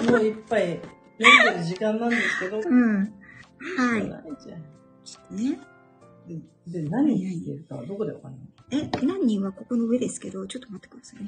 もういっぱい読んでる時間なんですけど。 うん。はい。 ね。で、何人いるかどこでわかんない？ 何人はここの上ですけど、ちょっと待ってくださいね。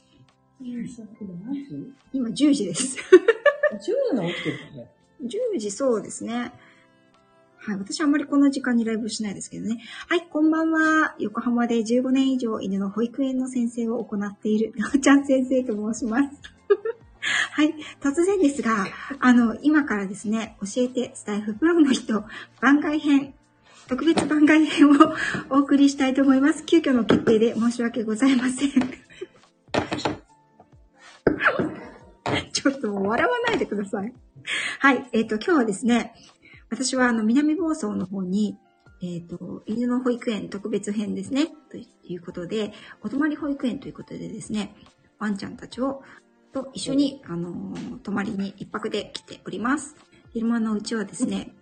今10時です。 10時の起きてるかね。 10時そうですね。はい。私はあんまりこの時間にライブしないですけどね。はい、こんばんは。横浜で15年以上犬の保育園の先生を行っているなおちゃん先生と申します。はい。突然ですが、今からですね、教えてスタイフプロの人番外編、特別番外編をお送りしたいと思います。急遽の決定で申し訳ございません。ちょっともう笑わないでください。はい。今日はですね、私は南房総の方に、犬の保育園特別編ですね。ということで、お泊まり保育園ということでですね、ワンちゃんたちと一緒に、泊まりに一泊で来ております。昼間のうちはですね、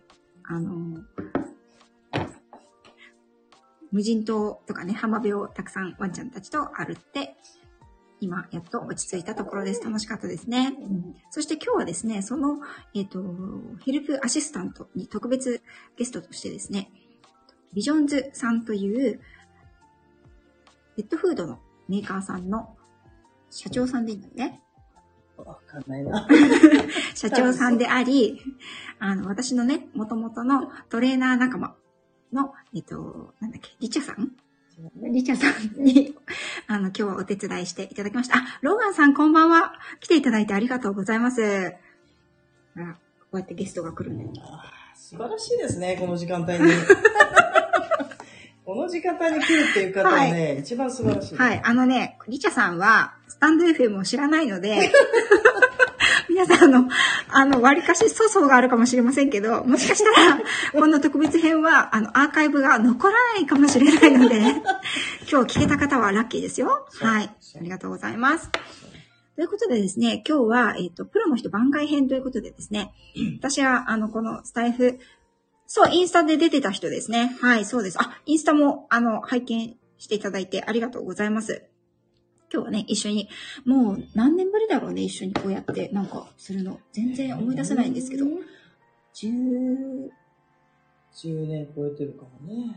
無人島とかね、浜辺をたくさんワンちゃんたちと歩って、今、やっと落ち着いたところです。楽しかったですね。そして今日はですね、その、ヘルプアシスタントに特別ゲストとしてですね、ビジョンズさんというペットフードのメーカーさんの社長さんでいいんだよね。 わかんないな。 社長さんであり、私のね、元々のトレーナー仲間の、なんだっけ、リチャさんに、今日はお手伝いしていただきました。ローガンさんこんばんは。来ていただいてありがとうございます。こうやってゲストが来るんで。 素晴らしいですね、この時間帯に。この時間帯に来るっていう方はね、はい、一番素晴らしい。 はい。リチャさんは、スタンド FM を知らないので、皆さん割かし粗相があるかもしれませんけど、もしかしたら、この特別編は、アーカイブが残らないかもしれないので、今日聞けた方はラッキーですよ。はい。ありがとうございます。ということでですね、今日は、プロの人番外編ということでですね、私は、このスタイフ、そう、インスタで出てた人ですね。はい、そうです。インスタも、拝見していただいてありがとうございます。今日はね、一緒に、もう何年ぶりだろうね、一緒にこうやってなんかするの。全然思い出せないんですけど。10 年超えてるかもね。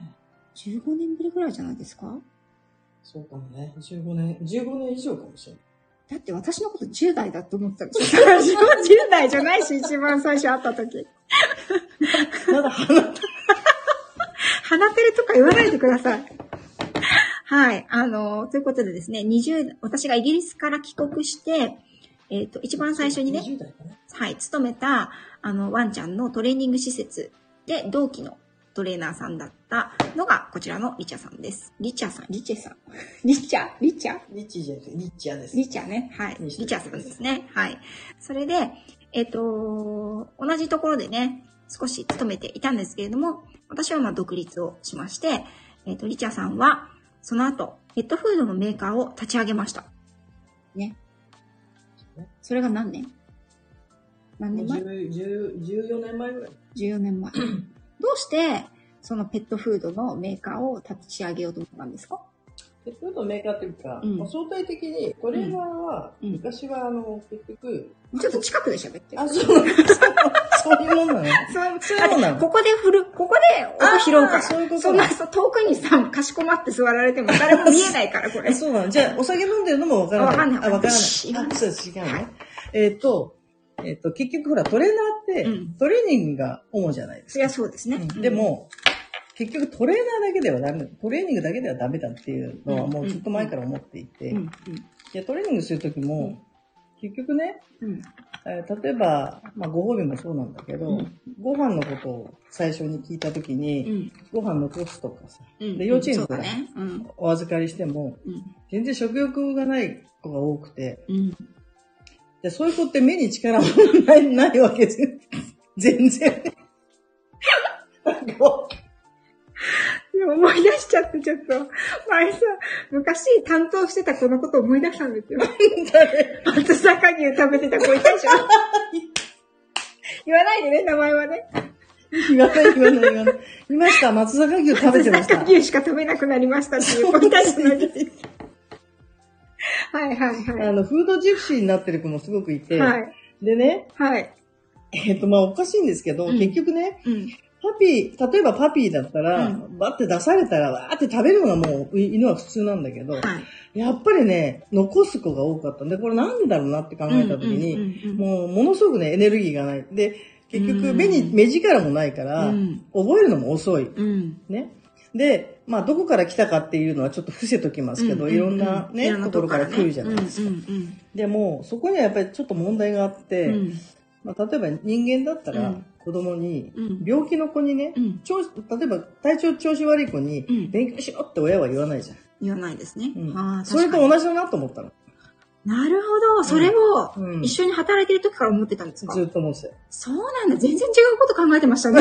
15年ぶりぐらいじゃないですか？ そうかもね。15年以上かもしれない。 だって私のこと10代だと思ってたんですよ。私も10代じゃないし、一番最初会った時。 まだ鼻てるとか言わないでください。はい。ということでですね、私がイギリスから帰国して、一番最初にね、 20代かな？ はい、勤めた、ワンちゃんのトレーニング施設で、同期のトレーナーさんだったのが、こちらのリチャさんです。リチャです。リチャね。はい。リチャさんですね。はい。それで、同じところでね、少し勤めていたんですけれども、私は独立をしまして、リチャさんは、その後、ペットフードのメーカーを立ち上げました。ね。それが何年前 ?14 年前ぐらい。 14年前。どうして、そのペットフードのメーカーを立ち上げようと思ったんですか？ ペットフードのメーカーっていうか、相対的に、トレーナーは、昔は結局、 ちょっと近くで喋って。 そういうもんなの？そういうもんなの？ ここで音拾うから。そういうこと。そんな遠くにさ、かしこまって座られても誰も見えないから、これ。 そうなの。じゃあ、お酒飲んでるのもわからない。 わかんない。 わからない。そう、違うね。結局ほら、トレーナーって、トレーニングが主じゃないですか。 いや、そうですね。 でも、結局トレーナーだけではダメだ。トレーニングだけではダメだっていうのはもうずっと前から思っていて、トレーニングするときも、結局ね、例えば、ご褒美もそうなんだけど、ご飯のことを最初に聞いたときに、ご飯残すとかさ、で幼稚園からお預かりしても、全然食欲がない子が多くて、でそういう子って目に力もないわけですよ。全然。 思い出しちゃってちょっと、前さ、昔担当してた子のことを思い出したんですよ。松阪牛食べてた子いたでしょ。言わないでね、名前はね。 言わない。いました、松阪牛食べてました。 松阪牛しか食べなくなりましたっていう子いたじゃないですか。はい。 フードジプシーになってる子もすごくいて、 でね、 はい。 まあおかしいんですけど、結局ね、例えばパピーだったら、バって出されたら、わーって食べるのがもう犬は普通なんだけど、やっぱりね、残す子が多かったんで、これなんでだろうなって考えたときに、もうものすごくね、エネルギーがない。で、結局目力もないから、覚えるのも遅い。ね。で、まあどこから来たかっていうのはちょっと伏せときますけど、いろんなね、ところから来るじゃないですか。でも、そこにはやっぱりちょっと問題があって、まあ、例えば人間だったら子供に、病気の子にね、例えば体調子悪い子に勉強しろって親は言わないじゃん。 言わないですね。 それと同じだなと思ったの。 なるほど。それを一緒に働いてる時から思ってたんですか？ ずっと思ってた。 そうなんだ。全然違うこと考えてましたね。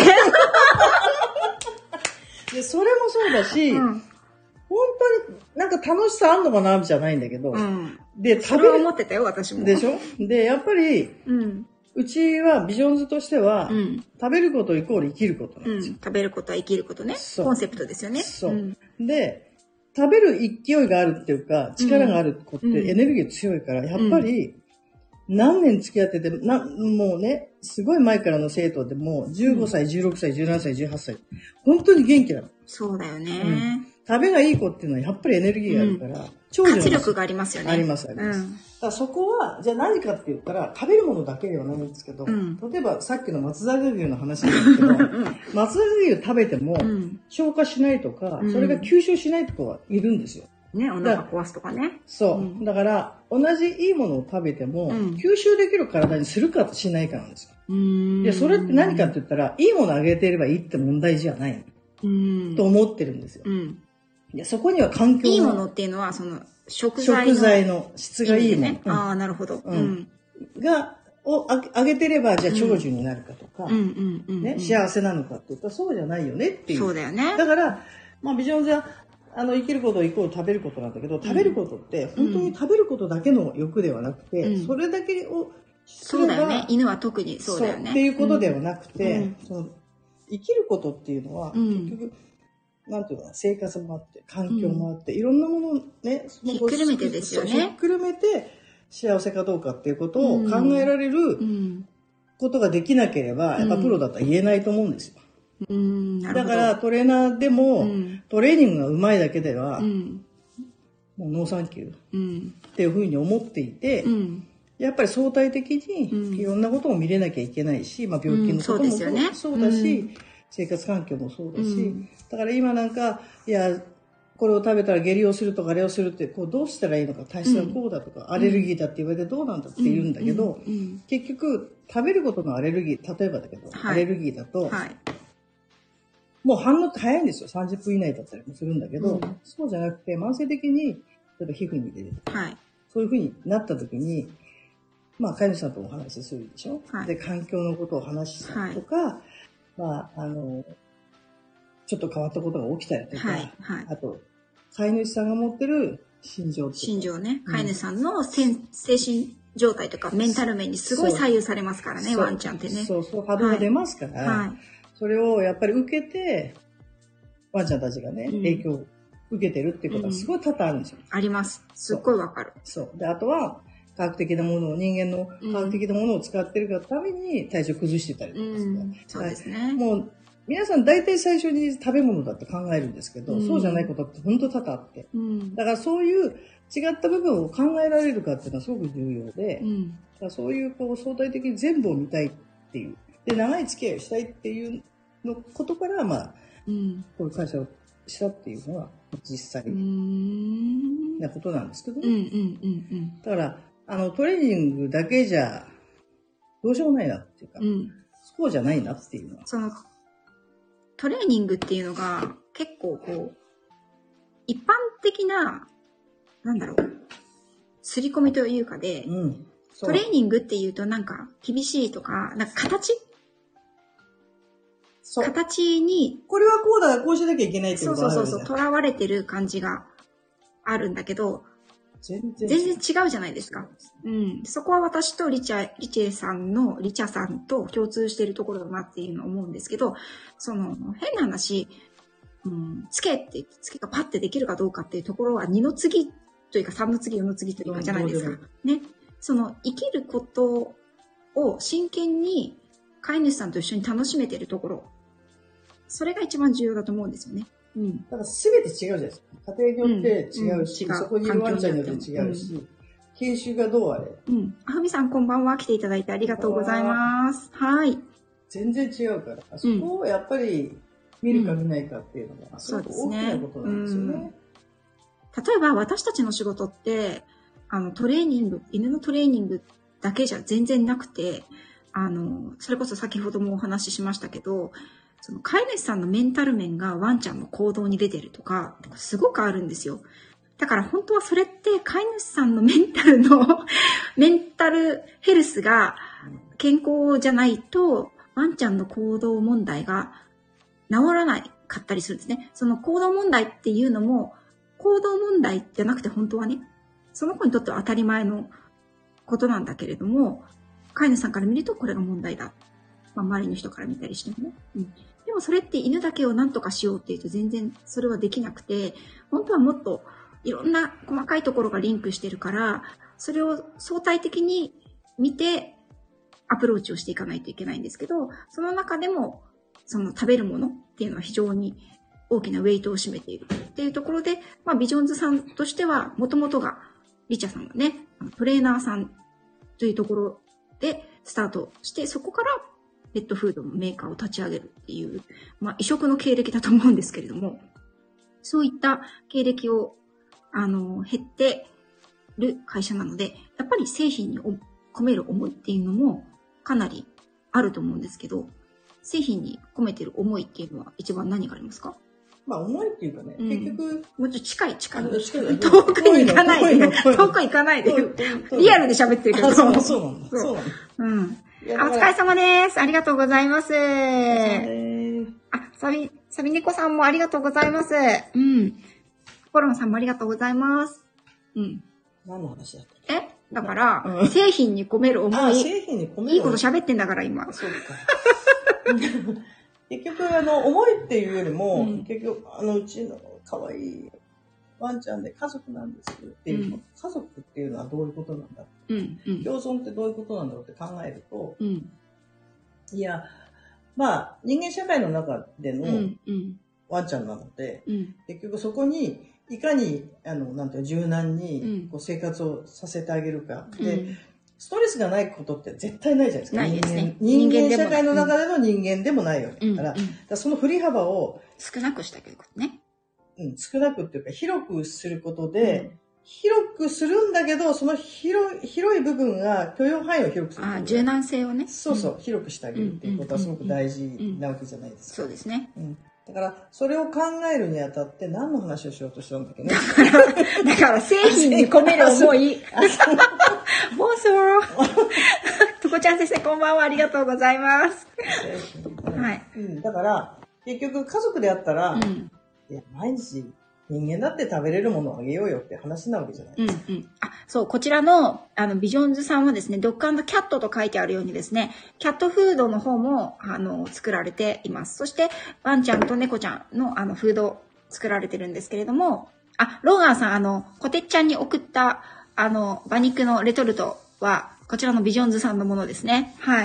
で、それもそうだし、本当になんか楽しさあんのかなじゃないんだけど、 で、食べる。思ってたよ、私も。 でしょ？で、やっぱり、うちはビジョンズとしては、食べることイコール生きることなんですよ。 食べることは生きることね。コンセプトですよね。 そう。で、食べる勢いがあるっていうか、力がある子ってエネルギー強いから、やっぱり、何年付き合ってて、もうね、すごい前からの生徒でも、15歳、16歳、17歳、18歳、本当に元気なの。 そうだよね。 食べがいい子っていうのはやっぱりエネルギーがあるから、 活力がありますよね。 あります、あります。だからそこは、じゃあ何かって言ったら、食べるものだけではないんですけど、例えばさっきの松坂牛の話なんですけど、松坂牛食べても、消化しないとか、それが吸収しないとかはいるんですよ。 ね、お腹壊すとかね。 そう。だから、同じいいものを食べても、吸収できる体にするかしないかなんですよ。で、それって何かって言ったら、いいものあげていればいいって問題じゃないと思ってるんですよ。いや、そこには環境いいものっていうのは、その、食材の質がいいもの。 ああ、なるほど。 をあげてれば、じゃあ長寿になるかとか、ね、幸せなのかって言ったらそうじゃないよねっていう。 そうだよね。 だから、まあ、ビジョンズは、生きることイコール食べることなんだけど、食べることって、本当に食べることだけの欲ではなくて、それだけをすれば、 そうだよね。犬は特にそうだよね。 っていうことではなくて、その生きることっていうのは、結局、なんていうのかな、生活もあって、環境もあって、いろんなものをね、 ひっくるめてですよね。 ひっくるめて、幸せかどうかっていうことを考えられることができなければ、やっぱプロだったら言えないと思うんですよ。だからトレーナーでも、トレーニングが上手いだけでは、もうノーサンキューっていうふうに思っていて、やっぱり相対的にいろんなことを見れなきゃいけないし、まあ、病気のこともそうだし、生活環境もそうだし、だから今なんか、いや、これを食べたら下痢をするとかあれをするって、こうどうしたらいいのか、体質がこうだとか、アレルギーだって言われてどうなんだって言うんだけど、結局、食べることのアレルギー、例えばだけど、アレルギーだと、もう反応って早いんですよ。30分以内だったりもするんだけど、そうじゃなくて、慢性的に、例えば皮膚に出るとか、そういうふうになった時に、まあ、飼い主さんとお話しするでしょ、で、環境のことを話したりとか、まあ、ちょっと変わったことが起きたりとか、あと、飼い主さんが持ってる心情ね。飼い主さんの精神状態とかメンタル面にすごい左右されますからね、ワンちゃんってね。 そう、波動が出ますから、それをやっぱり受けて、ワンちゃんたちがね、影響を受けてるっていうことはすごい多々あるんですよ。 あります。すっごいわかる。 そう。で、あとは、科学的なものを、人間の科学的なものを使ってるがために体調崩してたりとかする。 そうですね。 もう、皆さん大体最初に食べ物だって考えるんですけど、そうじゃないことって本当多々あって。だからそういう違った部分を考えられるかっていうのはすごく重要で、だからそういうこう相対的に全部を見たいっていう。で、長い付き合いをしたいっていうのことから、まあ、こういう会社をしたっていうのは実際なことなんですけどね。だから、トレーニングだけじゃどうしようもないなっていうか、そうじゃないなっていうのは。 そのトレーニングっていうのが結構こう、一般的な、なんだろう、刷り込みというかで、トレーニングっていうとなんか厳しいとか、なんか形に、 これはこうだ、こうしなきゃいけないっていうことがある。 そう、囚われてる感じがあるんだけど、全然違うじゃないですか。そこは私とリチャさんと共通しているところだなっていうのを思うんですけど、その変な話、つけがパッてできるかどうかっていうところは2の次というか3の次、4の次というかじゃないですか。ね。その生きることを真剣に飼い主さんと一緒に楽しめてるところ。それが一番重要だと思うんですよね。うん。 だから全て違うじゃないですか。家庭によって違うし、そこにいるワンちゃんによって違うし、研修がどうあれ。 うん。あふみさんこんばんは。来ていただいてありがとうございます。はい。 全然違うから、そこをやっぱり見るか見ないかっていうのが、すごく大きなことなんですよね。 例えば私たちの仕事って、トレーニング、犬のトレーニングだけじゃ全然なくて、それこそ先ほどもお話ししましたけど、その飼い主さんのメンタル面がワンちゃんの行動に出てるとか、すごくあるんですよ。だから本当はそれって飼い主さんのメンタルヘルスが健康じゃないと、ワンちゃんの行動問題が治らないかったりするんですね。その行動問題っていうのも、行動問題じゃなくて本当はね、その子にとっては当たり前のことなんだけれども、飼い主さんから見るとこれが問題だ。まあ、周りの人から見たりしてもね。うん。でもそれって犬だけを何とかしようっていうと全然それはできなくて、本当はもっといろんな細かいところがリンクしてるから、それを相対的に見てアプローチをしていかないといけないんですけど、その中でもその食べるものっていうのは非常に大きなウェイトを占めているっていうところで、まあ、ビジョンズさんとしては、もともとが、リチャさんがね、トレーナーさんというところでスタートして、そこからペットフードのメーカーを立ち上げるっていう、まあ、異色の経歴だと思うんですけれども、そういった経歴を、経ってる会社なので、やっぱり製品に込める思いっていうのもかなりあると思うんですけど、製品に込めてる思いっていうのは一番何がありますか？ まあ、思いっていうかね、結局。 もうちょっと近い。遠くに行かないで。遠く行かないで。リアルで喋ってるけど。 そうなんだ。そうなんだ。 うん。お疲れ様です。ありがとうございます。サビ猫さんもありがとうございます。うん。コロンさんもありがとうございます。うん。 何の話だった？ だから、製品に込める思い。 製品に込める。 いいこと喋ってんだから、今。 そうか。結局、思いっていうよりも、結局、うちの可愛いワンちゃんで家族なんですっていう、家族っていうのはどういうことなんだ、共存ってどういうことなんだろうって考えると、いや、まあ、人間社会の中でのワンちゃんなので、結局そこに、いかに、なんていう柔軟にこう生活をさせてあげるか。で、ストレスがないことって絶対ないじゃないですか。 ないですね。 人間社会の中での人間でもないよね。だからその振り幅を少なくしてあげることね。 少なくっていうか広くすることで、広くするんだけど、その広い部分が許容範囲を広くする。 柔軟性をね。 そうそう、広くしてあげるっていうことはすごく大事なわけじゃないですか。 そうですね。 だから、それを考えるにあたって何の話をしようとしたんだっけね。 だから製品に込める思い。ボンソー。とこちゃん先生、こんばんは。ありがとうございます。 はい。だから、結局家族であったら、いや、毎日人間だって食べれるものをあげようよって話なわけじゃないですか。 そう、こちらの、ビジョンズさんはですね、ドッグ&キャットと書いてあるようにですね、キャットフードの方も、作られています。そして、ワンちゃんと猫ちゃんの、フード作られてるんですけれども、ローガンさん、コテッちゃんに送った、馬肉のレトルトは、こちらのビジョンズさんのものですね。はい。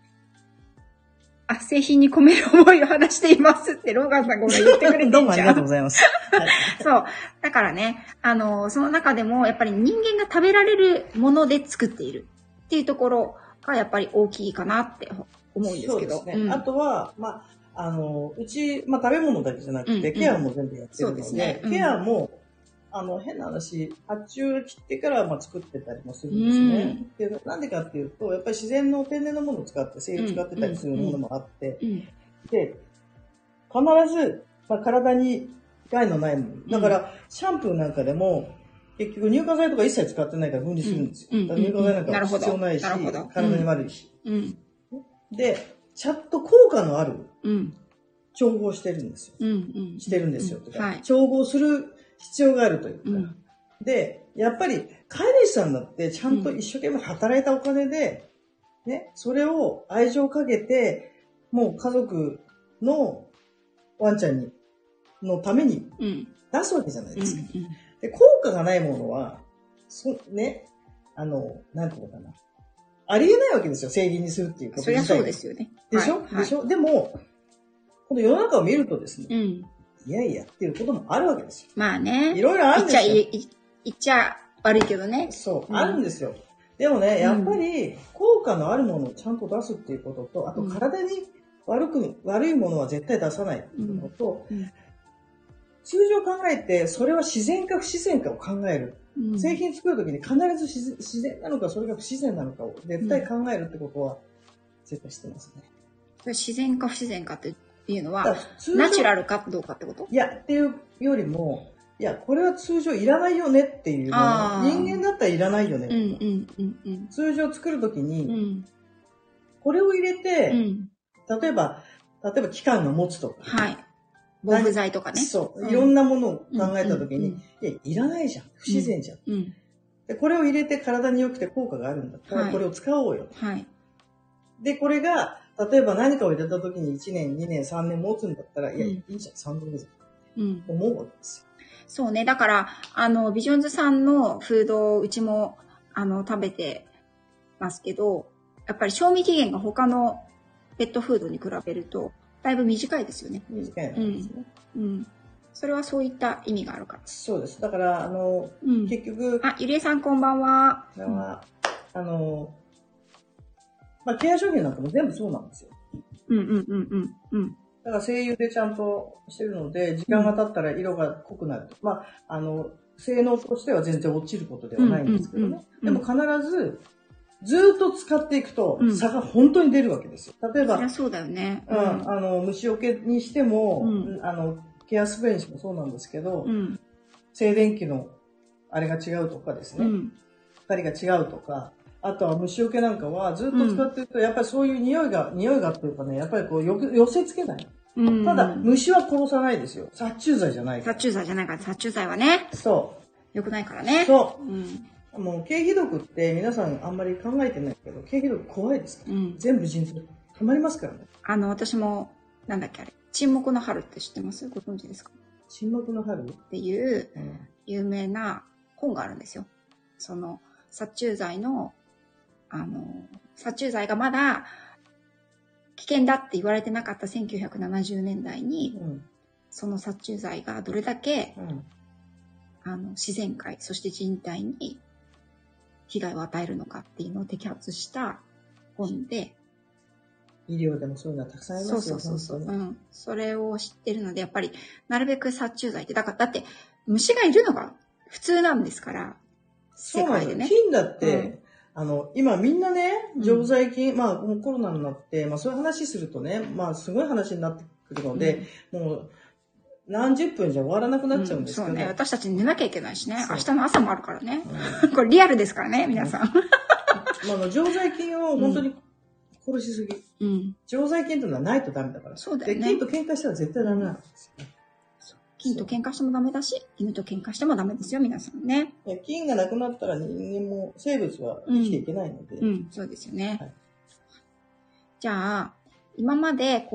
製品に込める思いを話していますって、ローガンさんごめん言ってくれてんじゃん。 どうもありがとうございます。 そう。だからね、その中でも、やっぱり人間が食べられるもので作っているっていうところが、やっぱり大きいかなって思うんですけど。 そうですね。あとは、うち、食べ物だけじゃなくて、ケアも全部やってるので、ケアも、変な話、発注切ってから作ってたりもするんですね。で、なんでかっていうと、やっぱり自然の天然のものを使って、精油使ってたりするものもあって、で、必ず、体に害のないもの。だから、シャンプーなんかでも、結局乳化剤とか一切使ってないから分離するんですよ。乳化剤なんか必要ないし、体に悪いし。で、ちゃんと効果のある調合してるんですよ。してるんですよ。調合する必要があるというか。で、やっぱり飼い主さんだってちゃんと一生懸命働いたお金で、ね、それを愛情をかけて、もう家族のワンちゃんのために出すわけじゃないですか。で、効果がないものは、なんていうのかな。 ありえないわけですよ、製品にするっていうことそりゃそうですよね。 でしょ、はい、でしょ、でも、この世の中を見るとですね、いやいやっていうこともあるわけですよ。 まあね。 いろいろあるんですよ。 言っちゃ悪いけどね。 そう、あるんですよ。でもね、やっぱり、効果のあるものをちゃんと出すっていうことと、あと体に悪いものは絶対出さないっていうのと、通常考えて、それは自然か不自然かを考える。製品作るときに必ず自然なのか、それが不自然なのかを絶対考えるってことは、絶対してますね。 それ自然か不自然かっていうのは、ナチュラルかどうかってこと？ いや、っていうよりも、いや、これは通常いらないよねっていうのは、人間だったらいらないよね。通常作るときに、これを入れて、例えば期間が持つとか。 はい。防腐剤とかね。 そう。いろんなものを考えたときに、いや、いらないじゃん。不自然じゃん。で、これを入れて体に良くて効果があるんだったら、これを使おうよ。はい。で、これが、例えば何かを入れたときに1年、2年、3年持つんだったら、いや、いいじゃん、3度目じゃん。思うわけですよ。 そうね。だから、ビジョンズさんのフードをうちも、食べてますけど、やっぱり賞味期限が他のペットフードに比べると、だいぶ短いですよね。 短いなんですね。 それはそういった意味があるから。 そうです。だから、結局。 ゆりえさんこんばんは。 ケア商品なんかも全部そうなんですよ。だから精油でちゃんとしてるので、時間が経ったら色が濃くなると。性能としては全然落ちることではないんですけどね。でも必ず、ずっと使っていくと、差が本当に出るわけですよ。例えば、 そりゃそうだよね。 虫除けにしても、ケアスプレーにしてもそうなんですけど、静電気のあれが違うとかですね、光が違うとか、あとは虫除けなんかはずっと使ってると、やっぱりそういう匂いがっていうかね、やっぱりこう寄せ付けない。ただ、虫は殺さないですよ。殺虫剤じゃないから。 殺虫剤じゃないから、殺虫剤はね。 そう。 良くないからね。 そう。もう、経皮毒って皆さんあんまり考えてないけど、経皮毒怖いですから。全部腎臓溜まりますからね。 私も、なんだっけあれ、沈黙の春って知ってます？ご存知ですか？ 沈黙の春っていう、有名な本があるんですよ。その、殺虫剤の、殺虫剤がまだ危険だって言われてなかった1970年代に、その殺虫剤がどれだけ、自然界、そして人体に被害を与えるのかっていうのを摘発した本で、 医療でもそういうのはたくさんありますよ。 そう。それを知ってるので、やっぱり、なるべく殺虫剤って、だって、虫がいるのが普通なんですから、世界でね。 菌だって、今みんなね、常在菌、コロナになって、そういう話するとね、すごい話になってくるので、もう、何十分じゃ終わらなくなっちゃうんですけど。 そうね。私たち寝なきゃいけないしね。明日の朝もあるからね。これリアルですからね、皆さん。 常在菌を本当に殺しすぎ。常在菌というのはないとダメだから。 そうだよね。 菌と喧嘩したら絶対ダメなんですよね。 菌と喧嘩してもダメだし、犬と喧嘩してもダメですよ、皆さんね。 菌がなくなったら人間も生物は生きていけないので。 そうですよね。じゃあ、今まで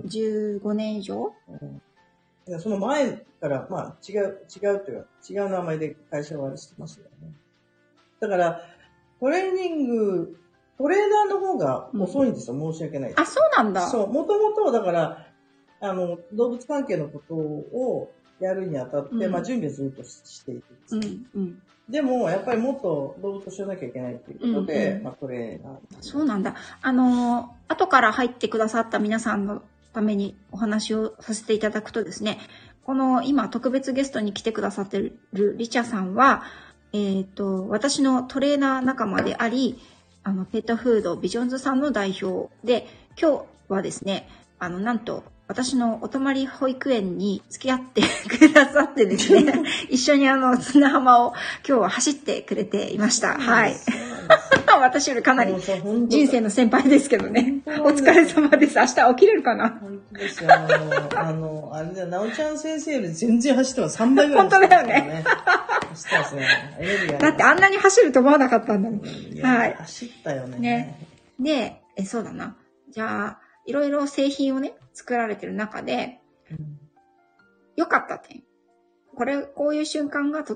15年以上、 その前から、違うというか、違う名前で会社はしてますよね。だから、トレーナーの方が遅いんですよ、申し訳ない。 あ、そうなんだ。 そう、もともと、だから、動物関係のことをやるにあたって、準備をずっとしていくんですよ。でも、やっぱりもっと動物を知らなきゃいけないっていうことで、トレーナー。 そうなんだ。後から入ってくださった皆さんのためにお話をさせていただくとですね、この今特別ゲストに来てくださってるリチャさんは、私のトレーナー仲間であり、ペットフードビジョンズさんの代表で、今日はですね、なんと私のお泊まり保育園に付き合ってくださってですね、一緒に砂浜を今日は走ってくれていました。はい。私よりかなり人生の先輩ですけどね。お疲れ様です。明日起きれるかな？ 本当ですよ。あれだよ、なおちゃん先生より全然走ってます。3倍ぐらい、 本当だよね。 走ってますね。 だってあんなに走ると思わなかったんだもん。はい。 走ったよね。 で、そうだな。じゃあ、いろいろ製品をね、作られてる中で、良かった点。こういう瞬間がとても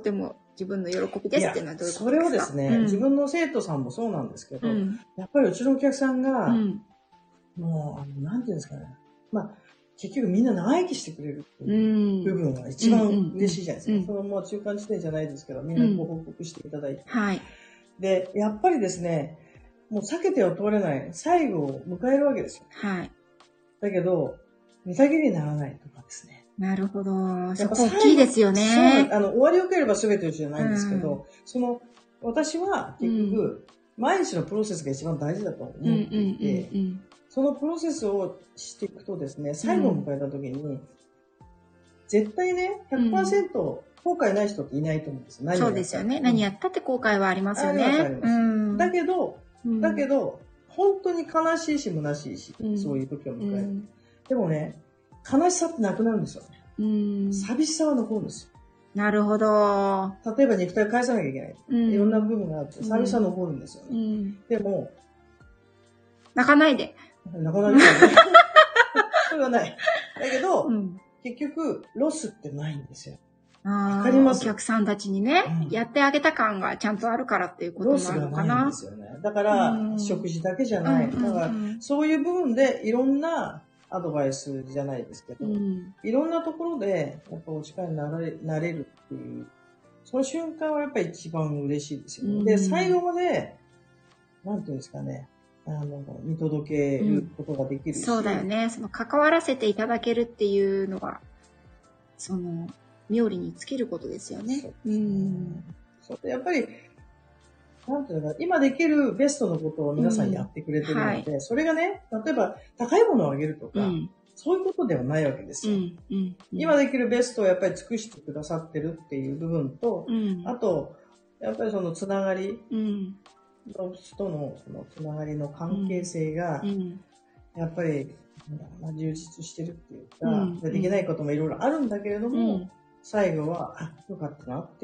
自分の喜びですっていうのはどういうことですか？ それをですね、自分の生徒さんもそうなんですけど、やっぱりうちのお客さんが、もう、なんていうんですかね。結局みんな長生きしてくれるっていう部分が一番嬉しいじゃないですか。そのもう中間地点じゃないですけど、みんなご報告していただいて。 はい。 で、やっぱりですね、もう避けては通れない最後を迎えるわけですよ。 はい。 だけど、寝たきりにならないとかですね。 なるほど。そこ大きいですよね。 そう、終わりよければ全てうちじゃないんですけど、私は結局、毎日のプロセスが一番大事だと思っていて、そのプロセスをしていくとですね、最後を迎えた時に、絶対ね、100% 後悔ない人っていないと思うんですよ。 そうですよね。何やったって後悔はありますよね。 だけど、本当に悲しいし虚しいし、そういう時を迎える。でもね、悲しさってなくなるんですよね。寂しさは残るんですよ。 なるほど。 例えば肉体を返さなきゃいけない。いろんな部分があって、寂しさは残るんですよね。でも、 泣かないで。 泣かないで。それはない。だけど、結局、ロスってないんですよ。わかります？ お客さんたちにね、やってあげた感がちゃんとあるからっていうことなのかな。ロスがないんですよね。だから、食事だけじゃない。だから、そういう部分でいろんなアドバイスじゃないですけど、いろんなところで、やっぱお力になれるっていう、その瞬間はやっぱり一番嬉しいですよね。で、最後まで、なんていうんですかね、見届けることができるし、 そうだよね。その関わらせていただけるっていうのは、妙利に尽きることですよね。 そうやっぱり、なんていうのか、今できるベストのことを皆さんやってくれてるので、それがね、例えば高いものをあげるとか、そういうことではないわけですよ。今できるベストをやっぱり尽くしてくださってるっていう部分と、あと、やっぱりそのつながり、動物とのそのつながりの関係性が、やっぱり、充実してるっていうか、できないこともいろいろあるんだけれども、最後は、よかったなっていう、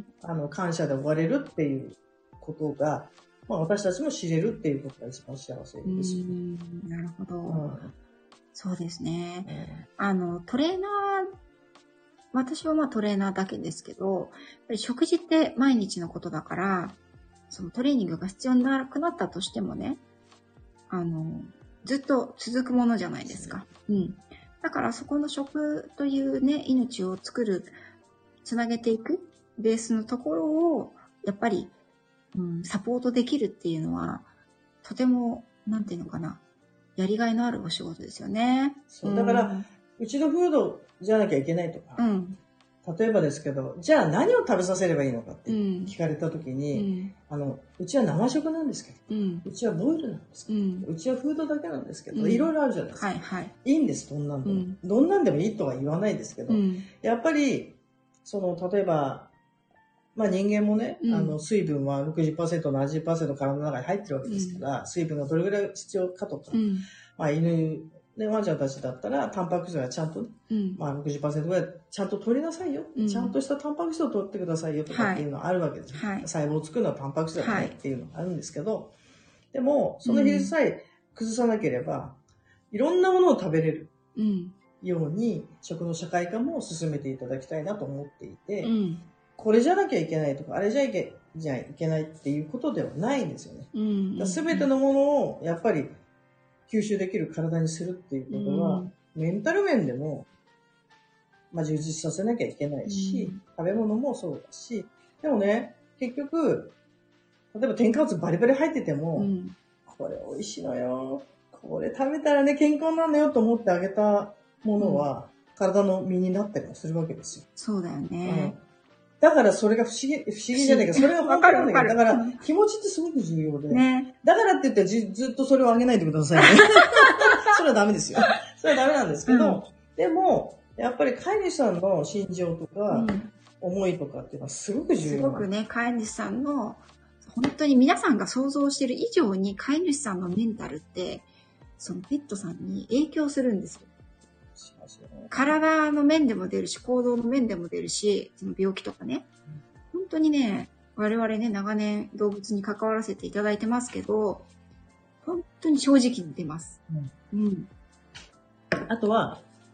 感謝で終われるっていうことが、私たちも知れるっていうことが一番幸せですよね。 なるほど。そうですね。トレーナー、私はトレーナーだけですけど、やっぱり食事って毎日のことだから、そのトレーニングが必要なくなったとしてもね、ずっと続くものじゃないですか。だからそこの食というね、命を作る、つなげていくベースのところを、やっぱり、サポートできるっていうのは、とても、なんていうのかな、やりがいのあるお仕事ですよね。 そう、だから、うちのフードじゃなきゃいけないとか、例えばですけど、じゃあ何を食べさせればいいのかって聞かれたときに、うちは生食なんですけど、うちはボイルなんですけど、うちはフードだけなんですけど、いろいろあるじゃないですか。いいんです、どんなんでも。どんなんでもいいとは言わないですけど、やっぱり、例えば、人間もね、水分は 60% の 80% 体の中に入ってるわけですから、水分がどれぐらい必要かとか、犬、ワンちゃんたちだったら、タンパク質がちゃんと、60% ぐらいちゃんと取りなさいよ、ちゃんとしたタンパク質を取ってくださいよとかっていうのはあるわけです。細胞を作るのはタンパク質だよねっていうのがあるんですけど、でも、その比率さえ崩さなければ、いろんなものを食べれるように、食の社会化も進めていただきたいなと思っていて、これじゃなきゃいけないとか、あれじゃいけないっていうことではないんですよね。すべてのものをやっぱり吸収できる体にするっていうことは、メンタル面でも、充実させなきゃいけないし、食べ物もそうだし、でもね、結局、例えば添加物バリバリ入ってても、これ美味しいのよ。これ食べたらね、健康なのよと思ってあげたものは、体の身になったりもするわけですよ。 そうだよね。 だからそれが不思議じゃないか。それが分かるんだけど、だから気持ちってすごく重要で。だからって言ってずっとそれをあげないでくださいね。それはダメですよ。それはダメなんですけど、でも、やっぱり飼い主さんの心情とか、思いとかっていうのはすごく重要。 すごくね、飼い主さんの、本当に皆さんが想像している以上に飼い主さんのメンタルって、そのペットさんに影響するんですよ。体の面でも出るし、行動の面でも出るし、その病気とかね。本当にね、我々ね、長年動物に関わらせていただいてますけど、本当に正直に出ます。 あとは、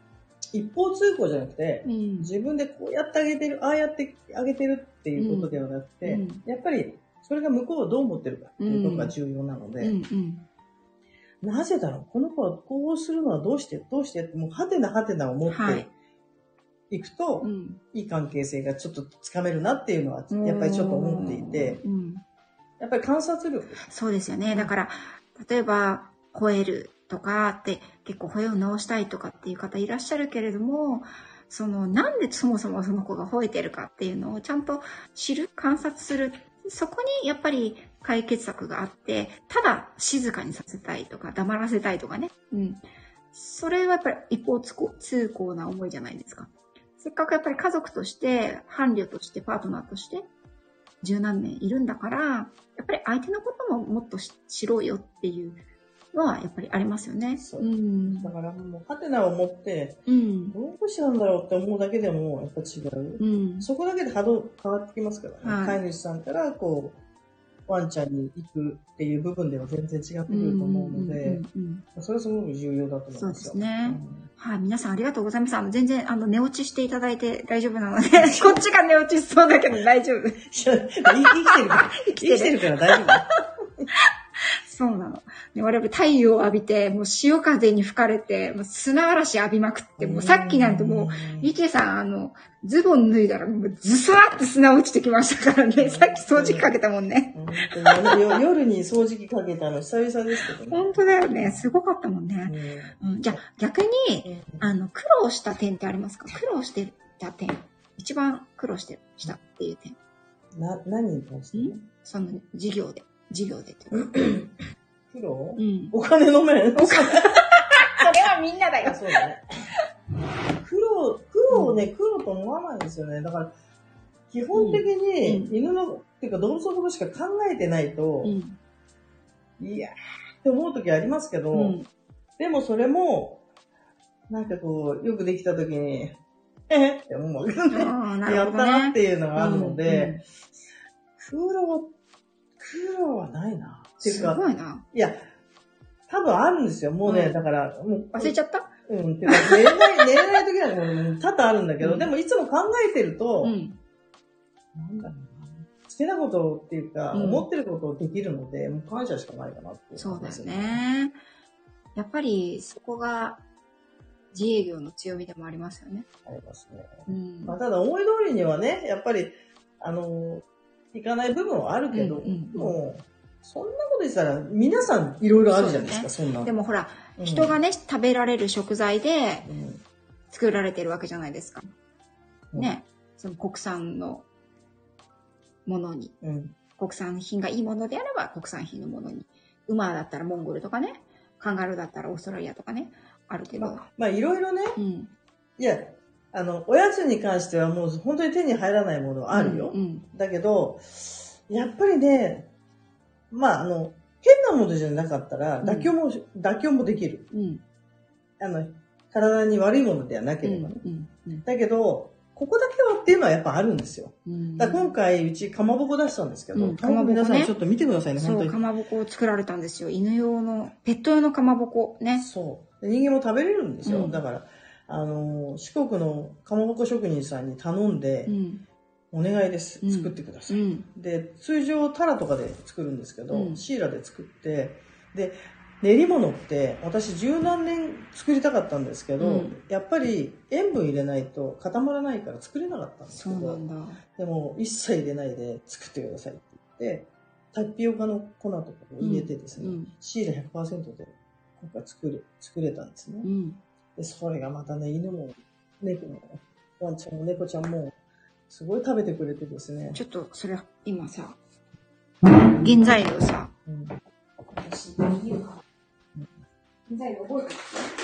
一方通行じゃなくて、自分でこうやってあげてる、ああやってあげてるっていうことではなくて、やっぱりそれが向こうはどう思ってるかっていうことが重要なので、なぜだろうこの子はこうするのはどうしてって、もうはてなを持っていくと、いい関係性がちょっとつかめるなっていうのは、やっぱりちょっと思っていて、やっぱり観察力。 そうですよね。だから、例えば、吠えるとかって結構吠えを直したいとかっていう方いらっしゃるけれども、なんでそもそもその子が吠えてるかっていうのをちゃんと観察する。そこにやっぱり解決策があって、ただ静かにさせたいとか黙らせたいとかね。それはやっぱり一方通行な思いじゃないですか。せっかくやっぱり家族として、伴侶として、パートナーとして、十何年いるんだから、やっぱり相手のことももっと知ろうよっていうのはやっぱりありますよね。 だからもう、ハテナを持って、どうしてなんだろうって思うだけでもやっぱ違う。そこだけで波動変わってきますからね。飼い主さんからこう、ワンちゃんに行くっていう部分では全然違ってくると思うので、それはすごく重要だと思いますよ。 そうですね。はい、皆さんありがとうございます。全然寝落ちしていただいて大丈夫なので、こっちが寝落ちしそうだけど大丈夫。生きてるから大丈夫。そうなの。我々太陽を浴びて、もう潮風に吹かれて、もう砂嵐浴びまくって、もうさっきなんてもう、リケさん、ズボン脱いだらもうズサーって砂落ちてきましたからね。さっき掃除機かけたもんね。 夜に掃除機かけたの久々ですけどね。 本当だよね。すごかったもんね。じゃあ逆に、苦労した点ってありますか？苦労してた点。一番苦労したっていう点。 何に関してね？ その事業でって苦労？お金の面。それはみんなだよ。 そうだね。苦労と思わないんですよね。だから、基本的に犬の、っていうか動物のことしか考えてないと、いやーって思う時ありますけど、でもそれも、なんかこう、よくできた時に、って思うわけね。やったなっていうのがあるので、苦労はないな。っていうか、 すごいな。 いや、多分あるんですよ。もうね、だから、もう。 忘れちゃった？ っていうか、寝れない時は多々あるんだけど、でもいつも考えてると、なんだろうな。好きなことっていうか、思ってることをできるので、もう感謝しかないかなって。 そうですね。やっぱりそこが自営業の強みでもありますよね。 ありますね。ただ思い通りにはね、やっぱり、いかない部分はあるけど、もう、そんなこと言ったら、皆さんいろいろあるじゃないですか、そんな。 でもほら、人がね、食べられる食材で作られてるわけじゃないですか。ね。その国産のものに。国産品がいいものであれば国産品のものに。馬だったらモンゴルとかね。カンガルーだったらオーストラリアとかね。あるけど。 いろいろね。いや、おやつに関してはもう本当に手に入らないものはあるよ。だけど、やっぱりね、変なものじゃなかったら、妥協もできる。体に悪いものではなければね。だけど、ここだけはっていうのはやっぱあるんですよ。だから今回、うちかまぼこ出したんですけど、かまぼこ皆さんちょっと見てくださいね、 本当に。そう、かまぼこを作られたんですよ。犬用の、ペット用のかまぼこね。 そう。人間も食べれるんですよ。だから、四国のかまぼこ職人さんに頼んで、お願いです。作ってください。で、通常タラとかで作るんですけど、シーラで作って、で、練り物って私十何年作りたかったんですけど、やっぱり塩分入れないと固まらないから作れなかったんですけど、 そうなんだ。 でも一切入れないで作ってくださいって言って、タピオカの粉とかを入れてですね、シーラ 100% で今回作れたんですね。で、それがまたね、犬も猫もワンちゃんも猫ちゃんもすごい食べてくれてですね。 ちょっとそれ今さ、原材料さ、原材料覚えて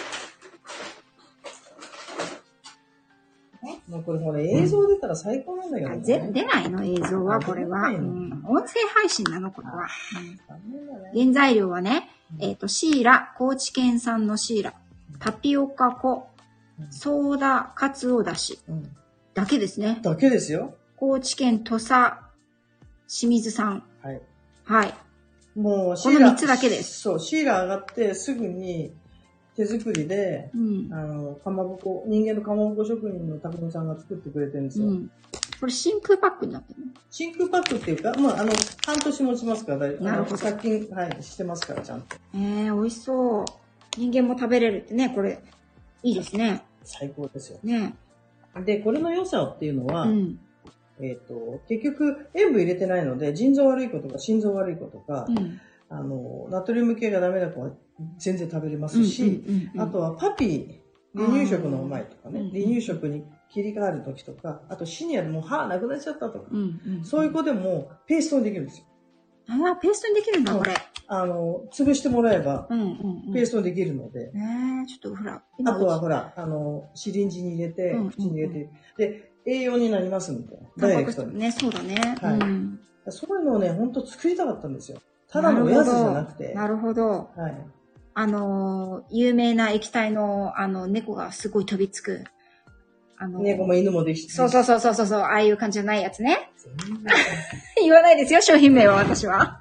もうこれほら映像出たら最高なんだけどね。 出ないの映像はこれは。音声配信なのこれは。原材料はね、シーラ、高知県産のシーラ、タピオカ粉、ソーダカツオだし、だけですね。 だけですよ。 高知県土佐清水産。 はい。 はい。 もうこの3つだけです。 そう、シーラ上がってすぐに、 手作りで、かまぼこ、人間のかまぼこ職人の匠さんが作ってくれてるんですよ。 これ真空パックになってるの？ 真空パックっていうか、まあ、半年持ちますから、 なるほど。 殺菌、はい、してますから、ちゃんと。 美味しそう。人間も食べれるってね、これ、いいですね。 最高ですよ。 ね。 で、これの良さっていうのは、結局、塩分入れてないので、腎臓悪い子とか、心臓悪い子とか、ナトリウム系がダメな子は全然食べれますし、あとはパピー、離乳食のうまいとかね、離乳食に切り替わる時とか、あとシニアでもう歯なくなっちゃったとか、そういう子でもペーストにできるんですよ。 ペーストにできるんだ、これ。 潰してもらえば、ペーストにできるので。 ちょっとほら。 あとはほら、シリンジに入れて、口に入れて、で、栄養になりますみたいな。ダイレクトに。 ね、そうだね。 はい。そういうのをね、ほんと作りたかったんですよ。ただのおやつじゃなくて。 なるほど。 はい。 有名な液体の、猫がすごい飛びつく。 猫も犬もできて。 そう、ああいう感じじゃないやつね。言わないですよ、商品名は私は。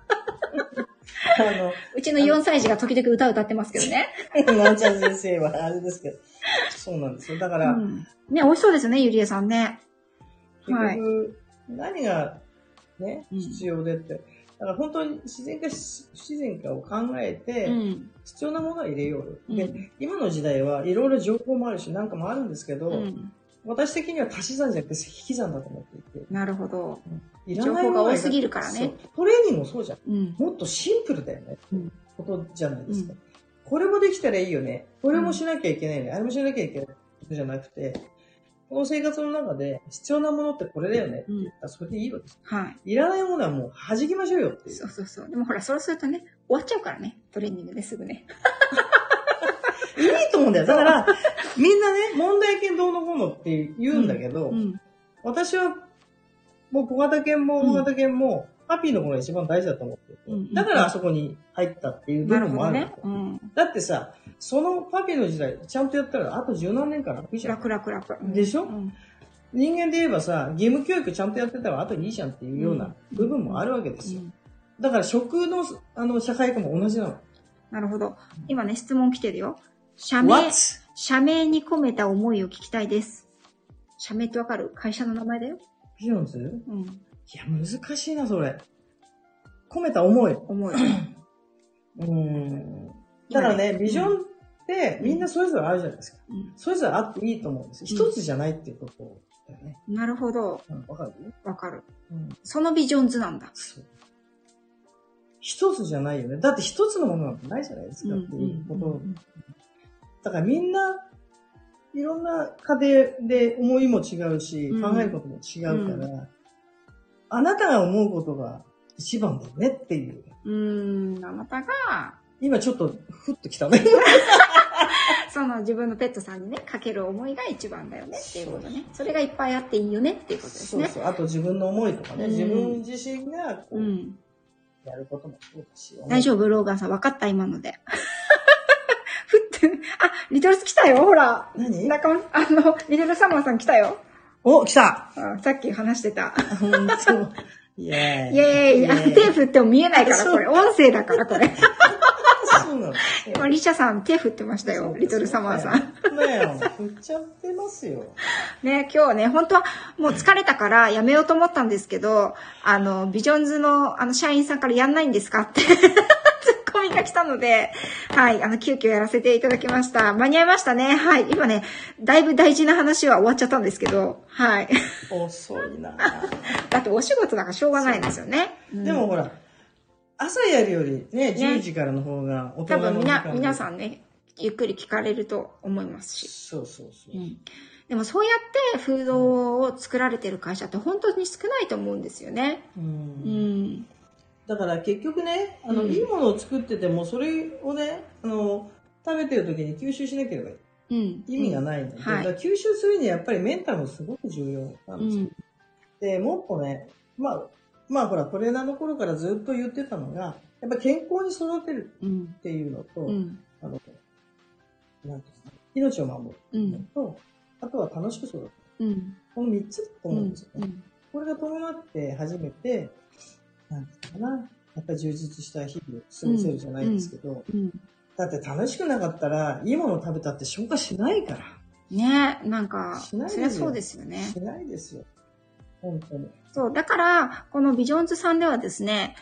うちの4歳児が時々歌ってますけどね。 なんちゃん先生はあれですけど。そうなんですよ。だから。 ね、美味しそうですね、ゆりえさんね。 結局、何がね、必要でって。だから本当に自然か不自然かを考えて、必要なものは入れようよ。で、今の時代はいろいろ情報もあるし、なんかもあるんですけど、私的には足し算じゃなくて引き算だと思っていて。 なるほど。 情報が多すぎるからね。 トレーニングもそうじゃん。もっとシンプルだよね。ことじゃないですか。これもできたらいいよね。これもしなきゃいけないね。あれもしなきゃいけないことじゃなくて、この生活の中で必要なものってこれだよねって言ったらそれでいいわけです。 はい。 いらないものはもう弾きましょうよっていう。 そう。でもほら、そうするとね、終わっちゃうからね。トレーニングですぐね。 いいと思うんだよ。だから、みんなね、問題犬どうのこうのって言うんだけど、私は、もう小型犬も大型犬も、ハッピーの子が一番大事だと思ってる。だからあそこに入ったっていう部分もある。ね。だってさ、そのパピーの時代、ちゃんとやったら、あと十何年間楽じゃん。 楽。 でしょ、人間で言えばさ、義務教育ちゃんとやってたら、あといいじゃんっていうような部分もあるわけですよ。だから食の、社会科も同じなの。 なるほど。今ね、質問来てるよ。社名に込めた思いを聞きたいです。社名ってわかる？会社の名前だよ。 ビジョンズ？いや、難しいな、それ。込めた思い。ただね、ビジョンってみんなそれぞれあるじゃないですか。それぞれあっていいと思うんですよ。一つじゃないっていうことだよね。 なるほど。 わかる？ わかる。そのビジョンズなんだ。そう。 一つじゃないよね。だって一つのものなんてないじゃないですかっていうこと。だからみんな、いろんな家庭で思いも違うし、考えることも違うから、あなたが思うことが一番だよねっていう。 あなたが、 今ちょっとふっときたね。 その自分のペットさんにね、かける思いが一番だよねっていうことね。それがいっぱいあっていいよねっていうことですね。 そう。あと自分の思いとかね、自分自身がこう、やることもそうだし。 大丈夫、ローガンさん。分かった今ので。リトルス来たよ、ほら。 何？ リトルサマーさん来たよ。 お、来た！ さっき話してた。 本当。イェーイ。 イェーイ。手振っても見えないから、これ。音声だから、これ。 そうなの。 今、リシャさん手振ってましたよ、リトルサマーさん。 振っちゃってますよ。 ね、今日ね、本当はもう疲れたからやめようと思ったんですけど、ビジョンズの社員さんからやんないんですかって。ツッコミが来たので、はい、急遽やらせていただきました。間に合いましたね。はい、今ね、だいぶ大事な話は終わっちゃったんですけど、はい。 遅いなだってお仕事だからしょうがないんですよね。 でもほら、朝やるよりね、10時からの方が多分皆さんね、ゆっくり聞かれると思いますし。 そう。 でもそうやってフードを作られてる会社って本当に少ないと思うんですよね。 だから結局ね、いいものを作ってても、それをね、食べてる時に吸収しなければ意味がないので、だから吸収するにはやっぱりメンタルもすごく重要なんですよ。で、もっとね、まあほら、トレーナーの頃からずっと言ってたのが、やっぱ健康に育てるっていうのと、なんていうの、命を守るのと、あとは楽しく育てる。この3つだと思うんですよね。これが伴って初めて、なんていうかな、やっぱり充実した日々を過ごせるじゃないですけど、 だって楽しくなかったら、いいもの食べたって消化しないから。 ね、なんか、そりゃそうですよね。 しないですよ。本当に。 そう、だから、このビジョンズさんではですね、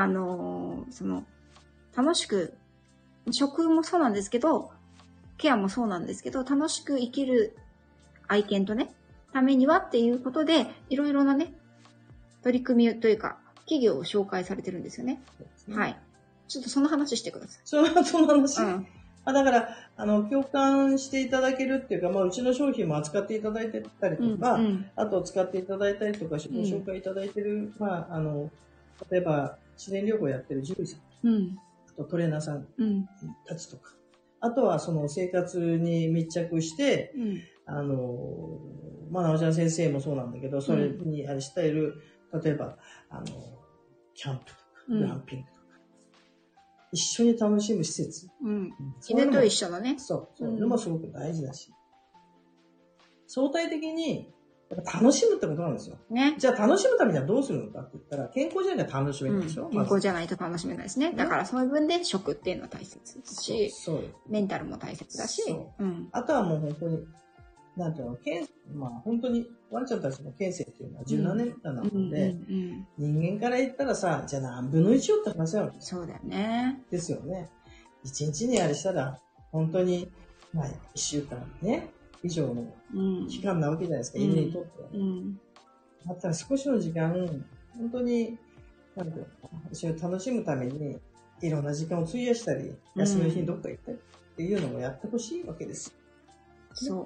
楽しく、食もそうなんですけど、ケアもそうなんですけど、楽しく生きる愛犬とね、ためにはっていうことで、いろいろなね、取り組みというか、企業を紹介されてるんですよね。はい。ちょっとその話してください。 その話、だから、共感していただけるっていうか、うちの商品も扱っていただいてたりとか、あと使っていただいたりとか、ご紹介いただいてる、例えば、自然療法やってる獣医さん、あとトレーナーさんたちとか、あとはその生活に密着して、なおちゃん先生もそうなんだけど、それにしている、例えば、キャンプとか、グランピングとか、一緒に楽しむ施設。 犬と一緒だね。 そう。それもすごく大事だし。相対的に、楽しむってことなんですよ。ね。じゃあ楽しむためにはどうするのかって言ったら、健康じゃないと楽しめないでしょ、 健康じゃないと楽しめないですね。だからそういう分で食っていうのは大切ですし、メンタルも大切だし。 あとはもう本当に、なんていうの、本当に、ワンちゃんたちの県政っていうのは17年間なので、人間から言ったらさ、じゃあ何分の1よって話なわけです。 そうだよね。 ですよね。1日にあれしたら、本当に、1週間ね、以上の期間なわけじゃないですか、犬にとっては。だったら少しの時間、本当に、なんていうの、一緒に楽しむために、いろんな時間を費やしたり、休みの日にどっか行ったりっていうのもやってほしいわけです。 そう。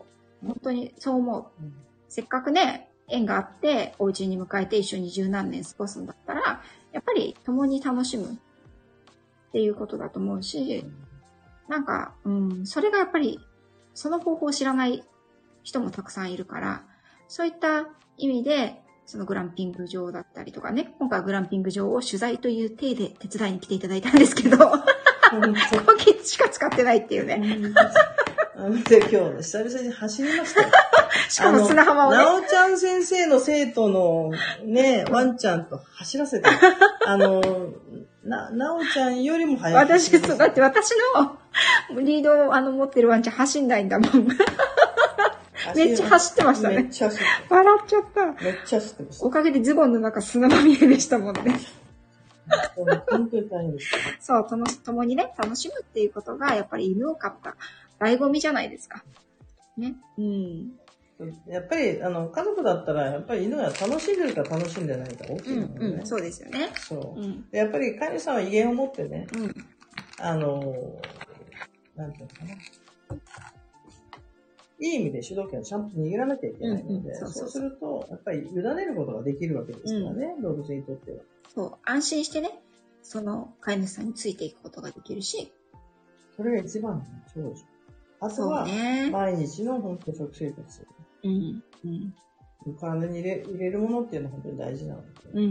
本当にそう思う。せっかくね、縁があって、お家に迎えて一緒に十何年過ごすんだったら、やっぱり共に楽しむっていうことだと思うし、なんか、それがやっぱり、その方法を知らない人もたくさんいるから、そういった意味で、そのグランピング場だったりとかね、今回はグランピング場を取材という体で手伝いに来ていただいたんですけど、コキしか使ってないっていうね。 で、今日、久々に走りましたよ。 しかも砂浜をね。 なおちゃん先生の生徒のね、ワンちゃんと走らせて、なおちゃんよりも速い。 だって私のリードを持ってるワンちゃん走んないんだもん。めっちゃ走ってましたね。 めっちゃ走ってた。笑っちゃった。 めっちゃ走ってました。 おかげでズボンの中砂まみれでしたもんね。 本当に大変です。 そう、共にね、楽しむっていうことが、やっぱり犬を飼った醍醐味じゃないですか。ね。 やっぱり、家族だったら、やっぱり犬が楽しんでるか楽しんでないか大きいのね。 そうですよね。 そう。やっぱり飼い主さんは威厳を持ってね、なんていうのかな。いい意味で主導権をちゃんと握らなきゃいけないので、そうすると、やっぱり委ねることができるわけですからね、動物にとっては。 そう、安心してね、その飼い主さんについていくことができるし。 それが一番の長寿。あとは、毎日の本当食生活。体に入れるものっていうのは本当に大事なの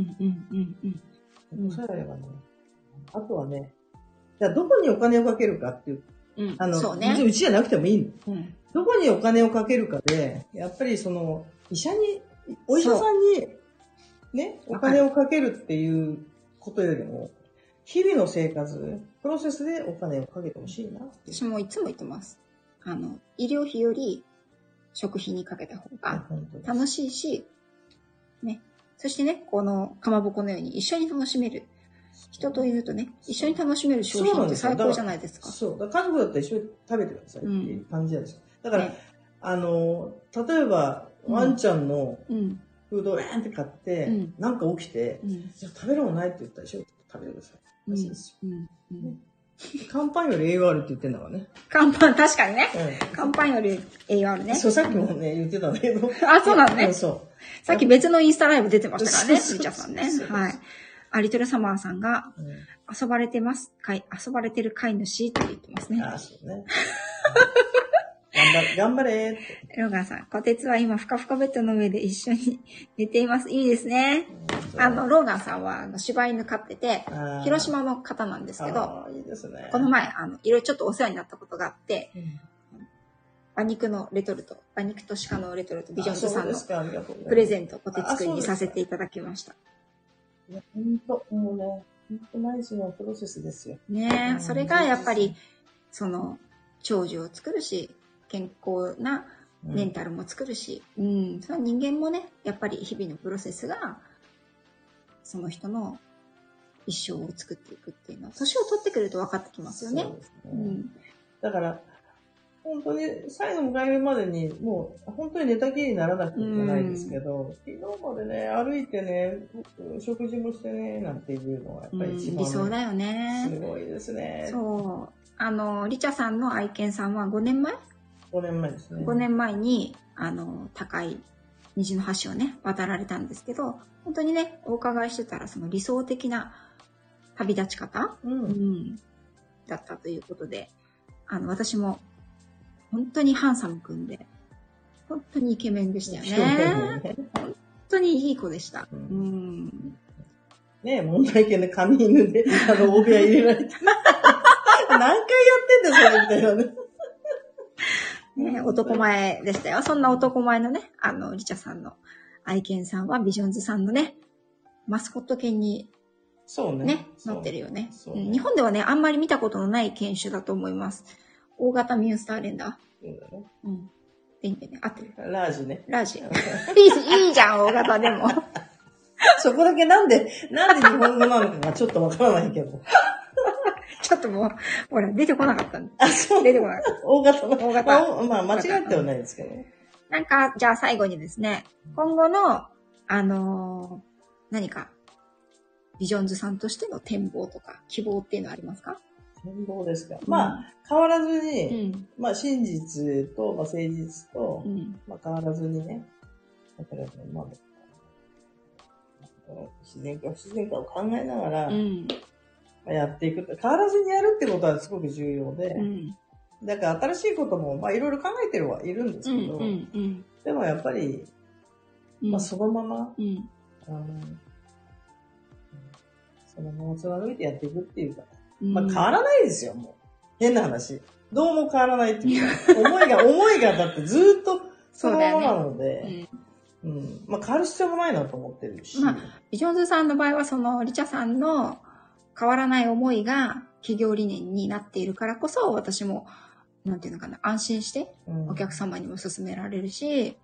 で。そうやればね。あとはね、じゃあどこにお金をかけるかっていう。 そうね。 別にうちじゃなくてもいいの。どこにお金をかけるかで、やっぱりお医者さんにね、お金をかけるっていうことよりも、日々の生活、プロセスでお金をかけてほしいな。 私もいつも言ってます。医療費より食費にかけた方が楽しいし、ね。そしてね、このかまぼこのように一緒に楽しめる。人といるとね、一緒に楽しめる商品って最高じゃないですか。 そう。だから家族だったら一緒に食べてくださいっていう感じなんですよ。だから、例えば、ワンちゃんのフードをって買って、なんか起きて、じゃあ食べるものないって言ったら一緒に食べてください。らしいですよ。乾パンより栄養あるって言ってんだからね。 乾パン、確かにね。乾パンより栄養あるね。 そう、さっきもね、言ってたんだけど。 あ、そうなのね。 そう。 さっき別のインスタライブ出てましたからね、スイちゃんさんね。はい。リトルサマーさんが、遊ばれてます。遊ばれてる飼い主って言ってますね。 あ、そうね。頑張れって。 ローガンさん、こてつは今、ふかふかベッドの上で一緒に寝ています。いいですね。ローガンさんは、柴犬飼ってて、広島の方なんですけど、 いいですね。 この前、いろいろちょっとお世話になったことがあって、馬肉のレトルト、馬肉と鹿のレトルト、ビジョンズさんのプレゼント、こてつくんにさせていただきました。 いや、もうね、毎日のプロセスですよ。 ねえ、それがやっぱり、 その、長寿を作るし、健康なメンタルも作るし、その人間もね、やっぱり日々のプロセスが、その人の一生を作っていくっていうのは、年を取ってくると分かってきますよね。そうですね。 だから、本当に最後迎えるまでに、もう本当に寝たきりにならなくてはいけないですけど、昨日までね、歩いてね、食事もしてね、なんていうのはやっぱり一番、 理想だよね。 すごいですね。 そう。リチャさんの愛犬さんは5年前 ?5 年前ですね。 5年前に、高い虹の橋をね、渡られたんですけど、本当にね、お伺いしてたら、その理想的な旅立ち方、だったということで、私も、本当にハンサムくんで、本当にイケメンでしたよね。本当にいい子でした。 ねえ、問題犬で髪犬で、大部屋入れられて。何回やってんだよ、それみたいなね。 ね、男前でしたよ。そんな男前のね、リチャさんの愛犬さんはビジョンズさんのね、マスコット犬に、 そうね。 なってるよね。日本ではね、あんまり見たことのない犬種だと思います。大型ミュンスターレンダー。 そうだね。 でいいんだよね。合ってる。 ラージね。 ラージ。いいじゃん、大型でも。 そこだけなんで日本語なのかがちょっとわからないけど。 ちょっともう、ほら、出てこなかったんで。 出てこなかった。大型。まあ、間違ってはないですけどね。 なんか、じゃあ最後にですね、今後の、何か、ビジョンズさんとしての展望とか希望っていうのはありますか？ 展望ですか。まあ、変わらずに、まあ、真実と、まあ、誠実と、まあ、変わらずにね、だから、まあ、自然かを考えながら、やっていく。変わらずにやるってことはすごく重要で、だから新しいことも、まあ、いろいろ考えてはいるんですけど、でもやっぱり、まあ、そのまま、そのまま貫いてやっていくっていうか、まあ変わらないですよ、もう。変な話。どうも変わらないっていうか、思いがだってずっとそのままなので、まあ変わる必要もないなと思ってるし。 まあ、ビジョンズさんの場合は、その、リチャさんの変わらない思いが企業理念になっているからこそ、私も、なんていうのかな、安心してお客様にも勧められるし、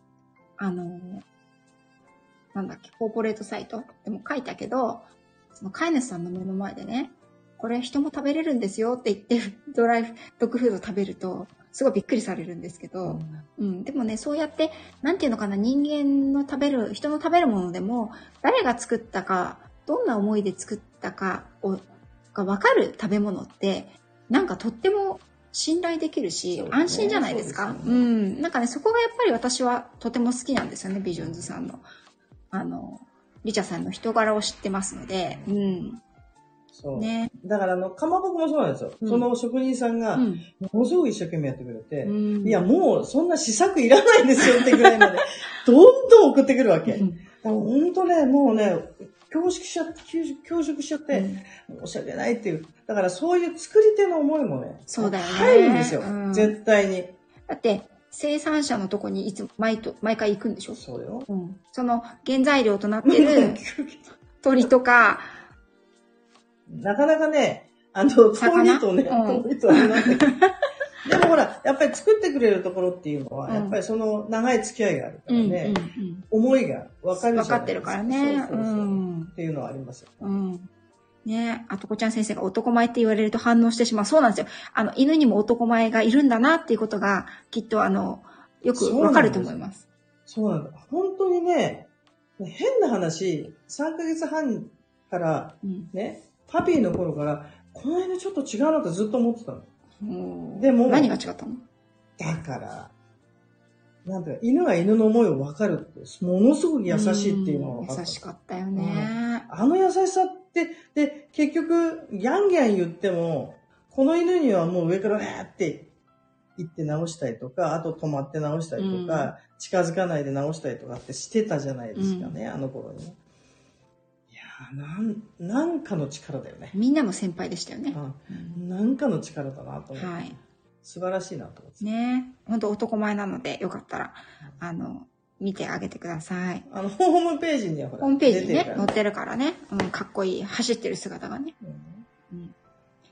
なんだっけ、コーポレートサイトでも書いたけど、その飼い主さんの目の前でね、これ人も食べれるんですよって言ってドッグフード食べるとすごいびっくりされるんですけど、でもね、そうやってなんていうのかな、人の食べるものでも誰が作ったか、どんな思いで作ったかが分かる食べ物ってなんかとっても信頼できるし、安心じゃないですか。なんかね、そこがやっぱり私はとても好きなんですよね、ビジョンズさんのリチャさんの人柄を知ってますので、 そう。ね。だからかまぼこもそうなんですよ。その職人さんが、ものすごく一生懸命やってくれて、いや、もうそんな試作いらないんですよってぐらいまで、どんどん送ってくるわけ。だから本当ね、もうね、恐縮しちゃって、申し訳ないっていう。だからそういう作り手の思いもね、 そうだよね。 入るんですよ。絶対に。 だって、生産者のとこにいつも毎回行くんでしょ？ そうよ。 その原材料となってる鳥とか、 なかなかね、鳥とね、鳥とね、でもほら、やっぱり作ってくれるところっていうのは、やっぱりその長い付き合いがあるからね、思いが分かるじゃないですか。 分かってるからね。 っていうのはありますよ。 ね、あとこちゃん先生が男前って言われると反応してしまう。そうなんですよ。犬にも男前がいるんだなっていうことが、きっとよくわかると思います。 そうなんだ。本当にね、変な話、3ヶ月半からね、パピーの頃から、この犬ちょっと違うなってずっと思ってたの。でも、 何が違ったの？ だから、なんていうか、犬が犬の思いを分かるって、ものすごく優しいっていうのが分かった。 優しかったよね。 優しさって、で、結局、ギャンギャン言っても、この犬にはもう上からねって言って直したりとか、あと止まって直したりとか、近づかないで直したりとかってしてたじゃないですかね、あの頃に。いやー、なんかの力だよね。 みんなも先輩でしたよね。 なんかの力だなと思って。はい。素晴らしいなと思って。 ね、本当男前なので、よかったら、見てあげてください。 ホームページにはほら、ホームページにね、載ってるからね。かっこいい。走ってる姿がね。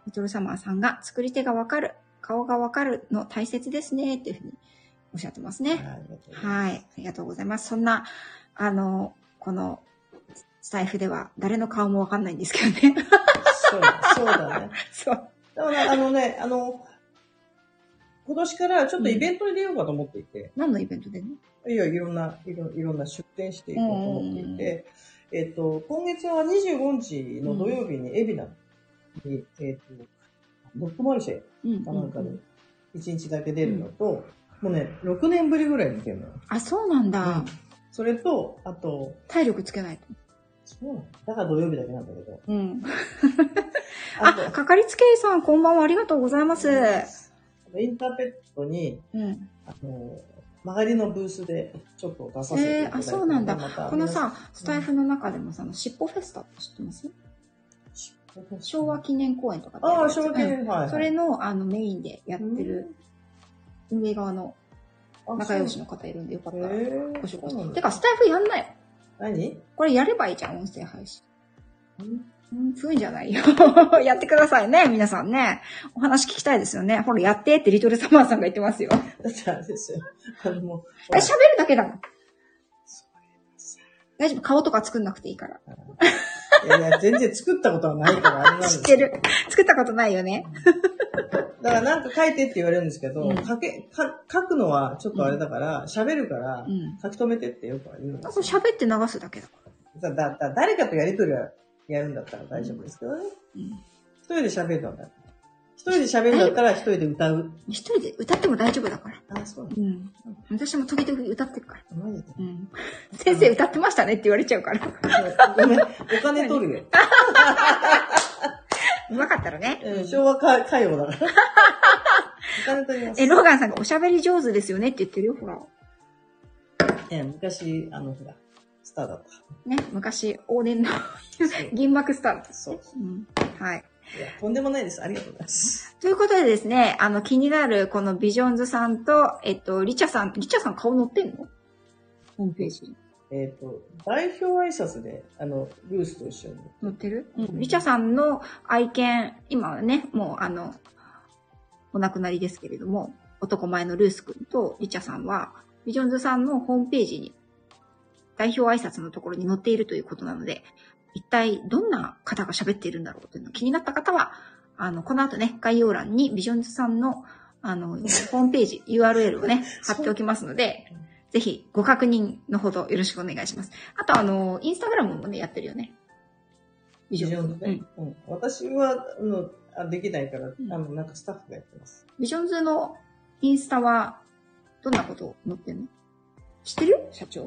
リトルサマーさんが作り手がわかる、顔がわかるの大切ですね、っていうふうにおっしゃってますね。はい。ありがとうございます。そんな、このスタイフでは誰の顔もわかんないんですけどね。 そうだね。 そう。 だから今年からちょっとイベントに出ようかと思っていて。 何のイベントでね？ いや、いろんな出店していこうと思っていて、今月は25日の土曜日に海老名に、ドッグマルシェかなんかで1日だけ出るのと、もうね、6年ぶりぐらいに出るのよ。 あ、そうなんだ。 それと、あと、 体力つけないと。 そうなんだ。だから土曜日だけなんだけど。 あ、かかりつけ医さん、こんばんは。ありがとうございます。 インターペットに、曲がりのブースでちょっと出させていただいて。 あ、そうなんだ。このさ、スタイフの中でもさ、尻尾フェスタって知ってます？昭和記念公園とかってある。昭和記念、はい。 それの、メインでやってる、運営側の仲良しの方いるんでよかったらご紹介して。てか、スタイフやんなよ。 何？ これやればいいじゃん、音声配信。そういうんじゃないよ。やってくださいね、皆さんね。お話聞きたいですよね。ほら、やってってリトルサマーさんが言ってますよ。 だってあれですよ。 喋るだけだもん。大丈夫、顔とか作んなくていいから。 いや、全然作ったことはないから、あれなんです。 知ってる。作ったことないよね。 だからなんか書いてって言われるんですけど、書くのはちょっとあれだから、喋るから、書き留めてってよく言うんですよ。 喋って流すだけだから。 誰かとやりとりはやるんだったら大丈夫ですけどね。一人で喋るのだ。一人で喋るんだったら一人で歌う。 一人で歌っても大丈夫だから。 あ、そうなんだ。 私も時々歌ってるから。先生歌ってましたねって言われちゃうから。 ごめん、お金取るよ。 うまかったらね。 昭和歌謡だから。お金取ります。 ローガンさんがおしゃべり上手ですよねって言ってるよ、ほら。 昔、ほら、スターだった。 ね、昔、往年の銀幕スターだった。 そう。 はい。 いや、とんでもないです。ありがとうございます。 ということでですね、気になるこのビジョンズさんと、リチャさん顔載ってんの？ホームページに。 代表挨拶で、ルースと一緒に。 載ってる？リチャさんの愛犬、今はね、もうお亡くなりですけれども、男前のルース君とリチャさんは、ビジョンズさんのホームページに、代表挨拶のところに載っているということなので、一体どんな方が喋っているんだろうというのが気になった方は、この後ね、概要欄にビジョンズさんの、ホームページ、URL をね、貼っておきますので、ぜひご確認のほどよろしくお願いします。あとインスタグラムもね、やってるよね。 ビジョンズね。私は、できないから、なんかスタッフがやってます。 ビジョンズのインスタは、どんなことを載ってんの？知ってる？社長。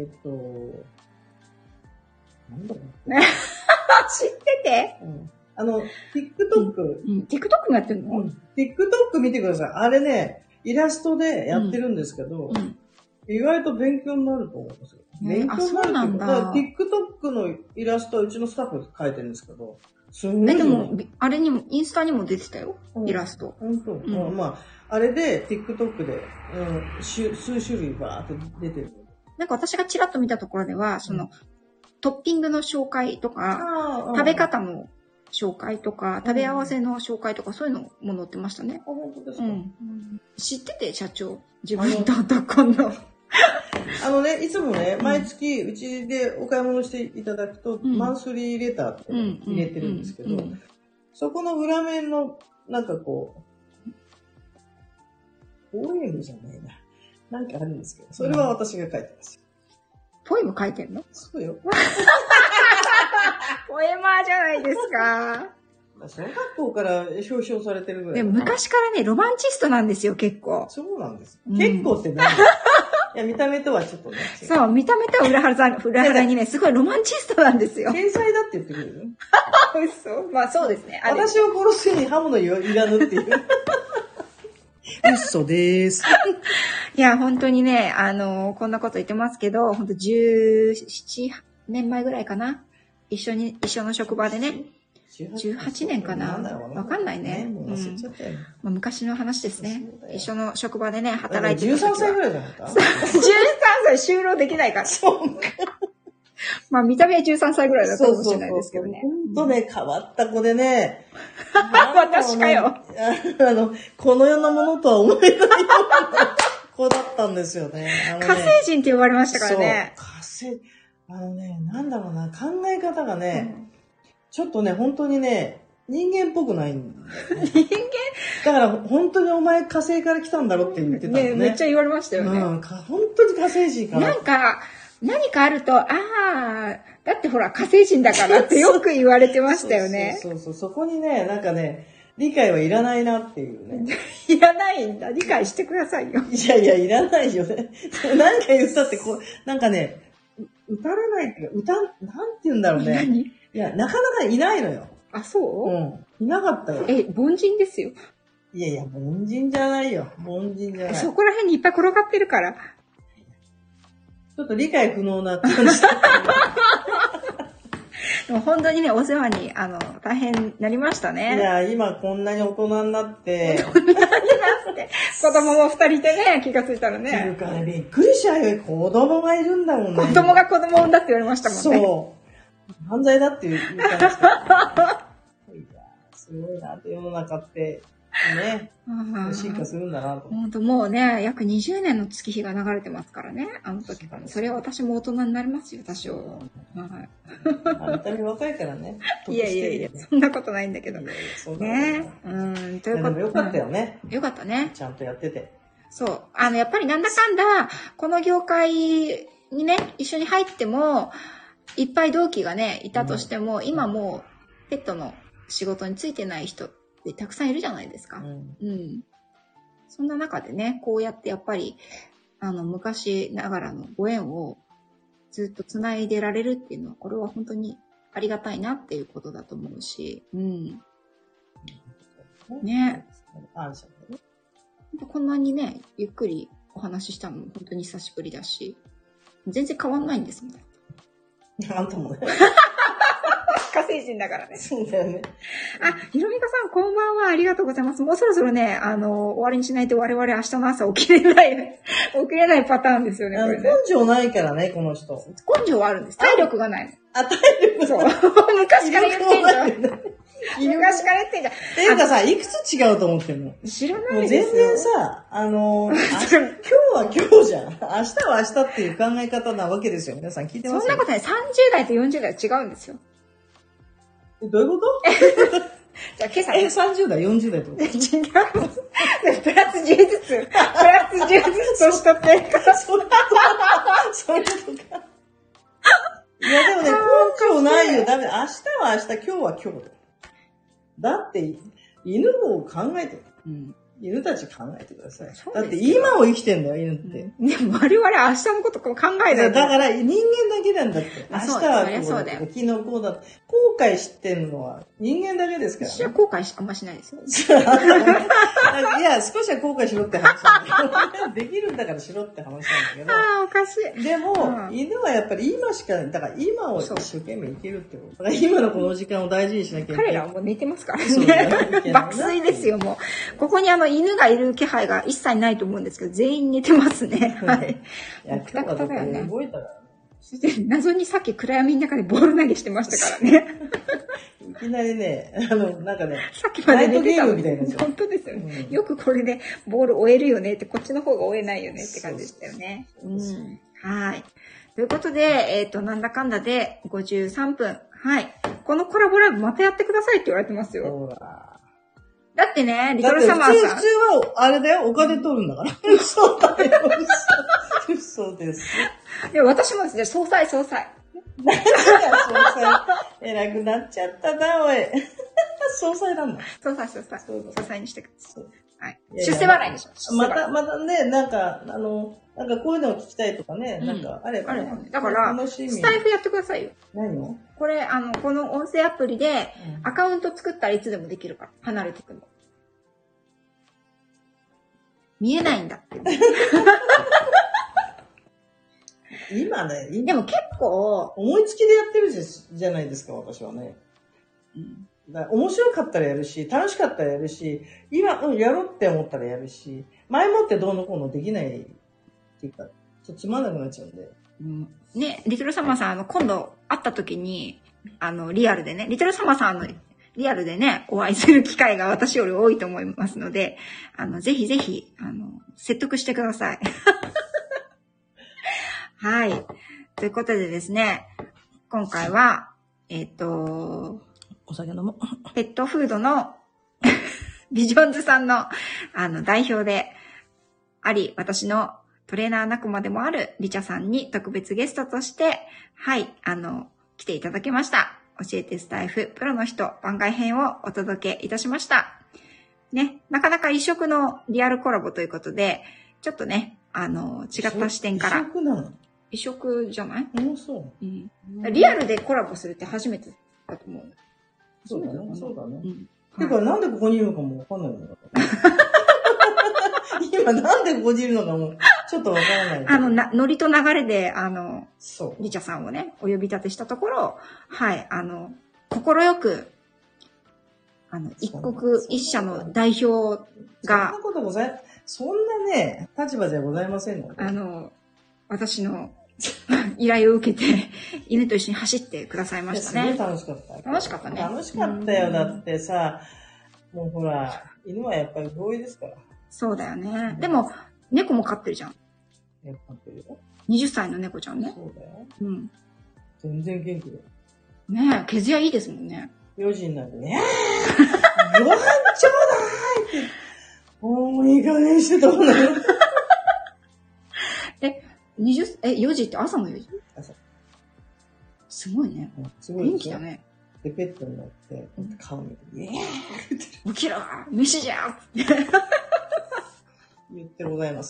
なんだろう。 知ってて TikTok。 TikTok もやってるの？ TikTok 見てください。あれね、イラストでやってるんですけど、意外と勉強になると思うんですよ。勉強になるっていうか、TikTok のイラストはうちのスタッフが描いてるんですけど、すごい。 でも、あれにも、インスタにも出てたよ。イラスト。 本当。まあ、あれで TikTok で、数種類バーって出てる。 なんか私がちらっと見たところでは、トッピングの紹介とか、食べ方の紹介とか、食べ合わせの紹介とか、そういうのも載ってましたね。 本当ですか？ 知ってて、社長。自分とこの。 いつもね、毎月うちでお買い物していただくと、マンスリーレターって入れてるんですけど、そこの裏面の、なんかこう、ポエムじゃないな。なんかあるんですけど、それは私が書いてますよ。 ポエム書いてんの？ そうよ。 ポエマーじゃないですか。 小学校から表彰されてるぐらい。 でも昔からね、ロマンチストなんですよ、結構。 そうなんです。結構って何？いや、見た目とはちょっとね。 そう、見た目とは裏腹にね、すごいロマンチストなんですよ。 天才だって言ってくれる？ 嘘。まあそうですね。 私を殺すに刃物いらぬっていう。嘘でーす。 いや、本当にね、こんなこと言ってますけど、本当17年前ぐらいかな。一緒の職場でね。18年かな？わかんないね。まあ、昔の話ですね。一緒の職場でね、働いてる時は。 13歳ぐらいだった？ 13歳就労できないから。 まあ見た目は13歳ぐらいだったかもしれないですけどね。 ほんとね、変わった子でね。 私かよ。 この世のものとは思えないような子だったんですよね。 火星人って呼ばれましたからね。 そう、火星、なんだろうな、考え方がね、ちょっとね、本当にね、人間っぽくないんだよね。人間だから本当にお前火星から来たんだろって言ってたのね。 めっちゃ言われましたよね。 本当に火星人かな。 なんか、何かあると、だってほら火星人だからってよく言われてましたよね。 そう、そこにね、なんかね、理解はいらないなっていうね。 いらないんだ。理解してくださいよ。 いや、いらないよね。何か言ったってなんかね、打たれないっていうか、なんて言うんだろうね。 何？ いや、なかなかいないのよ。 あ、そう？ いなかったよ。 凡人ですよ。 いや、凡人じゃないよ。凡人じゃない。 そこら辺にいっぱい転がってるから。 ちょっと理解不能な感じだった。 でも本当にね、お世話に、大変になりましたね。 いや、今こんなに大人になって。 子供も2人いてね、気がついたらね。 っていうかね、びっくりしちゃうよ。子供がいるんだもんね。 子供が子供を産んだって言われましたもんね。 そう。犯罪だって言ったんですけど。いや、すごいなって世の中って、ね。進化するんだなと。 本当もうね、約20年の月日が流れてますからね。あの時から。それは私も大人になりますよ、多少。はい。 見た目若いからね。 いや、そんなことないんだけど。ね。 ということで。よかったよね。 よかったね。 ちゃんとやってて。 そう。やっぱりなんだかんだ、この業界にね、一緒に入っても、いっぱい同期がね、いたとしても、今もう、ペットの仕事についてない人ってたくさんいるじゃないですか。そんな中でね、こうやってやっぱり、昔ながらのご縁をずっと繋いでられるっていうのは、これは本当にありがたいなっていうことだと思うし、ね。こんなにね、ゆっくりお話ししたのも本当に久しぶりだし、全然変わんないんですもん。 あんたもね。 火星人だからね。 そうだよね。 ひろみかさん、こんばんは。ありがとうございます。もうそろそろね、終わりにしないと我々明日の朝起きれないパターンですよね。 根性ないからね、この人。 根性はあるんです。体力がない。 体力そう。昔から言ってんじゃん。昔から言ってんじゃん。 っていうかさ、いくつ違うと思ってんの？ 知らないですよ。 全然さ、今日は今日じゃん。明日は明日っていう考え方なわけですよ。皆さん聞いてます？ そんなことない。30代と40代は違うんですよ。 どういうこと？ じゃあ今朝。 30代、40代ってこと？ 違う。プラス10ずつ。プラス10ずつ年取ってるから。 そういうことか。いやでもね、根性ないよ。ダメ。明日は明日、今日は今日だって、犬を考えて、犬たち考えてください。だって今を生きてんだよ、犬って。 でも我々明日のこと考えない。 だから人間だけなんだって。明日はこうだって、昨日こうだって。後悔してんのは人間だけですからね。 私は後悔あんましないですよ。 いや、少しは後悔しろって話なんだけど。できるんだからしろって話なんだけど。 おかしい。 でも、犬はやっぱり今しか、だから今を一生懸命生きるってこと。だから今のこの時間を大事にしなきゃいけない。 彼らはもう寝てますからね。爆睡ですよ、もう。ここに犬がいる気配が一切ないと思うんですけど、全員寝てますね。はい。 いや、くたくただよね。動いたからね。 そして謎にさっき暗闇の中でボール投げしてましたからね。 いきなりね、なんかね、 さっきまで寝てたナイトゲームみたいな。 本当ですよね。よくこれでボール追えるよねって、こっちの方が追えないよねって感じでしたよね。はい。ということで、なんだかんだで53分。はい。このコラボライブまたやってくださいって言われてますよ。 ほら。 だってね、リトルサマーさん。 普通は、あれだよ、お金取るんだから。嘘だよ、嘘です。 いや、私もですね、総裁。 何が総裁。偉くなっちゃったな、おい。総裁なんだ。 総裁にしてください。はい。出世払いでしょ。 またね、なんかこういうのを聞きたいとかね、なんかあればね。 だから、スタイフやってくださいよ。 何を？ これ、この音声アプリで、アカウント作ったらいつでもできるから、離れてくるの。見えないんだって。 今ね、 でも結構、 思いつきでやってるじゃないですか、私はね。だから面白かったらやるし、楽しかったらやるし、今、やろうって思ったらやるし、前もってどうのこうのできないっていうか、ちょっとつまんなくなっちゃうんで。 ね、リトルサマーさん、今度会った時に、リアルでね、リトルサマーさんリアルでね、お会いする機会が私より多いと思いますので、ぜひぜひ、説得してください。はい。ということでですね、今回は、 お酒飲もう。 ペットフードのビジョンズさんの、代表であり、私のトレーナー仲間でもあるリチャさんに特別ゲストとして、はい、来ていただきました。教えてスタイフプロの人番外編をお届けいたしました。ね、なかなか異色のリアルコラボということで、ちょっとね、違った視点から。 異色なの？ 異色じゃない？ そう。 リアルでコラボするって初めてだと思う。 そうだね。そうだね。てか、なんでここにいるのかもわかんないんだから。今なんでここにいるのかもちょっとわからない。 ノリと流れで、リチャさんをね、お呼び立てしたところ、はい、心よく、一国一社の代表が、 そんなね、立場じゃございませんので。 私の依頼を受けて、犬と一緒に走ってくださいましたね。 すごい楽しかった。 楽しかったね。 楽しかったよ。だってさ、もうほら、犬はやっぱり同意ですから。 そうだよね。でも、猫も飼ってるじゃん。 猫飼ってるよ。 20歳の猫ちゃんね。 そうだよ。 全然元気だよ。 ねえ、毛艶いいですもんね。 4時になってね、ご飯ちょうだいって、もういい加減してたもんね。 4時って朝の4時？ 朝。 すごいね。 すごい。 元気だね。 で、ペットに乗って、顔見て、イエーイ起きろ飯じゃ言ってございます。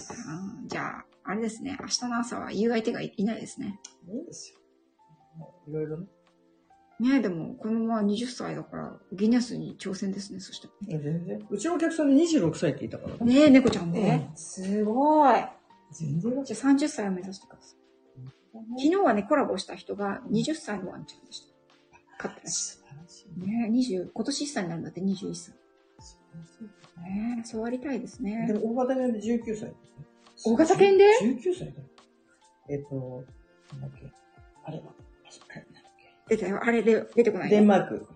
じゃあ、あれですね。明日の朝は言う相手がいないですね。 いいですよ。いろいろね。 ねえ、でも、このまま20歳だから、ギネスに挑戦ですね、そして。 全然。うちのお客さんで26歳って言ったからね。ねえ、猫ちゃんね。すごい。 全然。 じゃあ30歳を目指してください。昨日はね、コラボした人が20歳のワンちゃんでした。飼ってらっしゃる。ねえ、今年1歳になるんだって21歳。ねえ、そうありたいですね。 でも、大型犬で19歳ですね。 大型犬で ?19 歳だよ。なんだっけ。あれは。 出たよ。あれで出てこない。 デンマーク。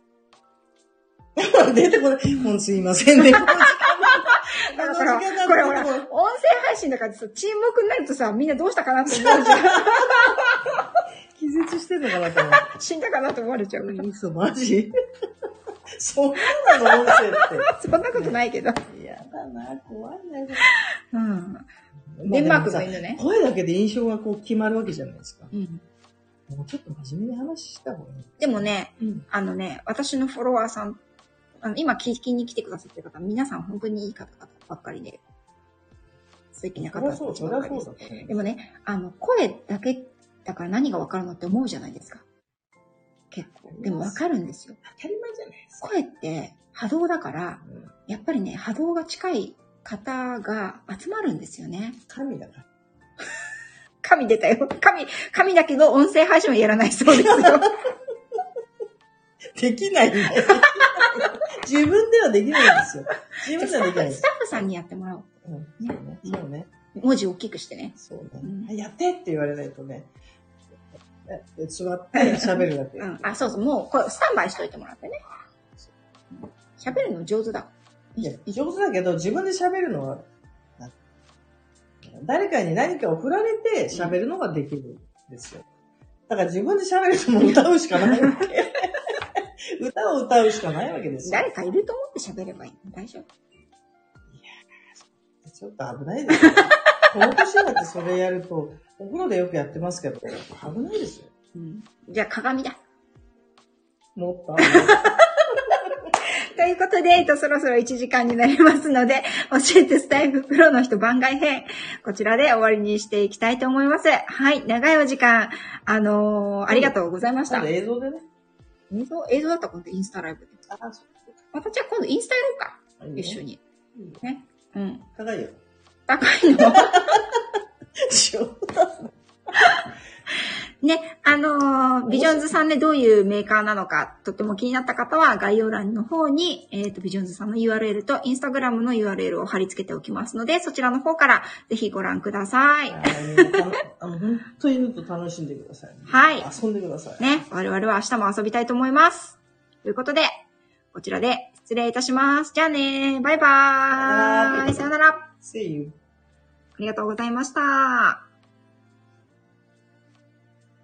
出てこない。もうすいませんね。だから、これほら、音声配信だからさ、沈黙になるとさ、みんなどうしたかなって思うじゃん。 気絶してんのかなと思う。 死んだかなと思われちゃう。 嘘、マジそんなの音声って。 そんなことないけど。 やだな、怖いね。 デンマークの犬ね。 声だけで印象がこう決まるわけじゃないですか。もうちょっと真面目に話した方がいい。 でもね、私のフォロワーさん、今聞きに来てくださってる方、皆さん本当にいい方々ばっかりで、素敵な方たちばっかりです。でもね、声だけだから何がわかるのって思うじゃないですか。結構。でもわかるんですよ。 当たり前じゃないですか。 声って波動だから、やっぱりね、波動が近い方が集まるんですよね。 神だから。 神出たよ。神だけど音声配信はやらないそうですよ。 できないんだよ。自分ではできないんですよ。自分ではできない。 スタッフさんにやってもらおう。 そうね。 文字大きくしてね。 そうね。やってって言われないとね。座って喋るだけ。 そうそう。もう、これスタンバイしといてもらってね。喋るの上手だ。 いや、上手だけど、自分で喋るのは、誰かに何かを振られて喋るのができるんですよ。だから自分で喋るともう歌うしかないわけ。歌を歌うしかないわけですよ。 誰かいると思って喋ればいいの。大丈夫。 いやー、ちょっと危ないですよ。この年になってそれやると、お風呂でよくやってますけど、危ないですよ。 じゃあ鏡だ。 もっと。 ということで、そろそろ1時間になりますので、教えてスタイフプロの人番外編、こちらで終わりにしていきたいと思います。はい、長いお時間、ありがとうございました。 映像でね。 映像だったら今度インスタライブで。またじゃあ今度インスタやろうか。一緒に。ね。 高いよ。 高いのね、ビジョンズさんね、どういうメーカーなのか、とっても気になった方は、概要欄の方に、ビジョンズさんの URL と、インスタグラムの URL を貼り付けておきますので、そちらの方から、ぜひご覧ください。 本当に犬と楽しんでください、ね。 はい。 遊んでください。 ね、我々は明日も遊びたいと思います。ということで、こちらで失礼いたします。じゃあね、バイバーイ。さよなら。 See you. ありがとうございました。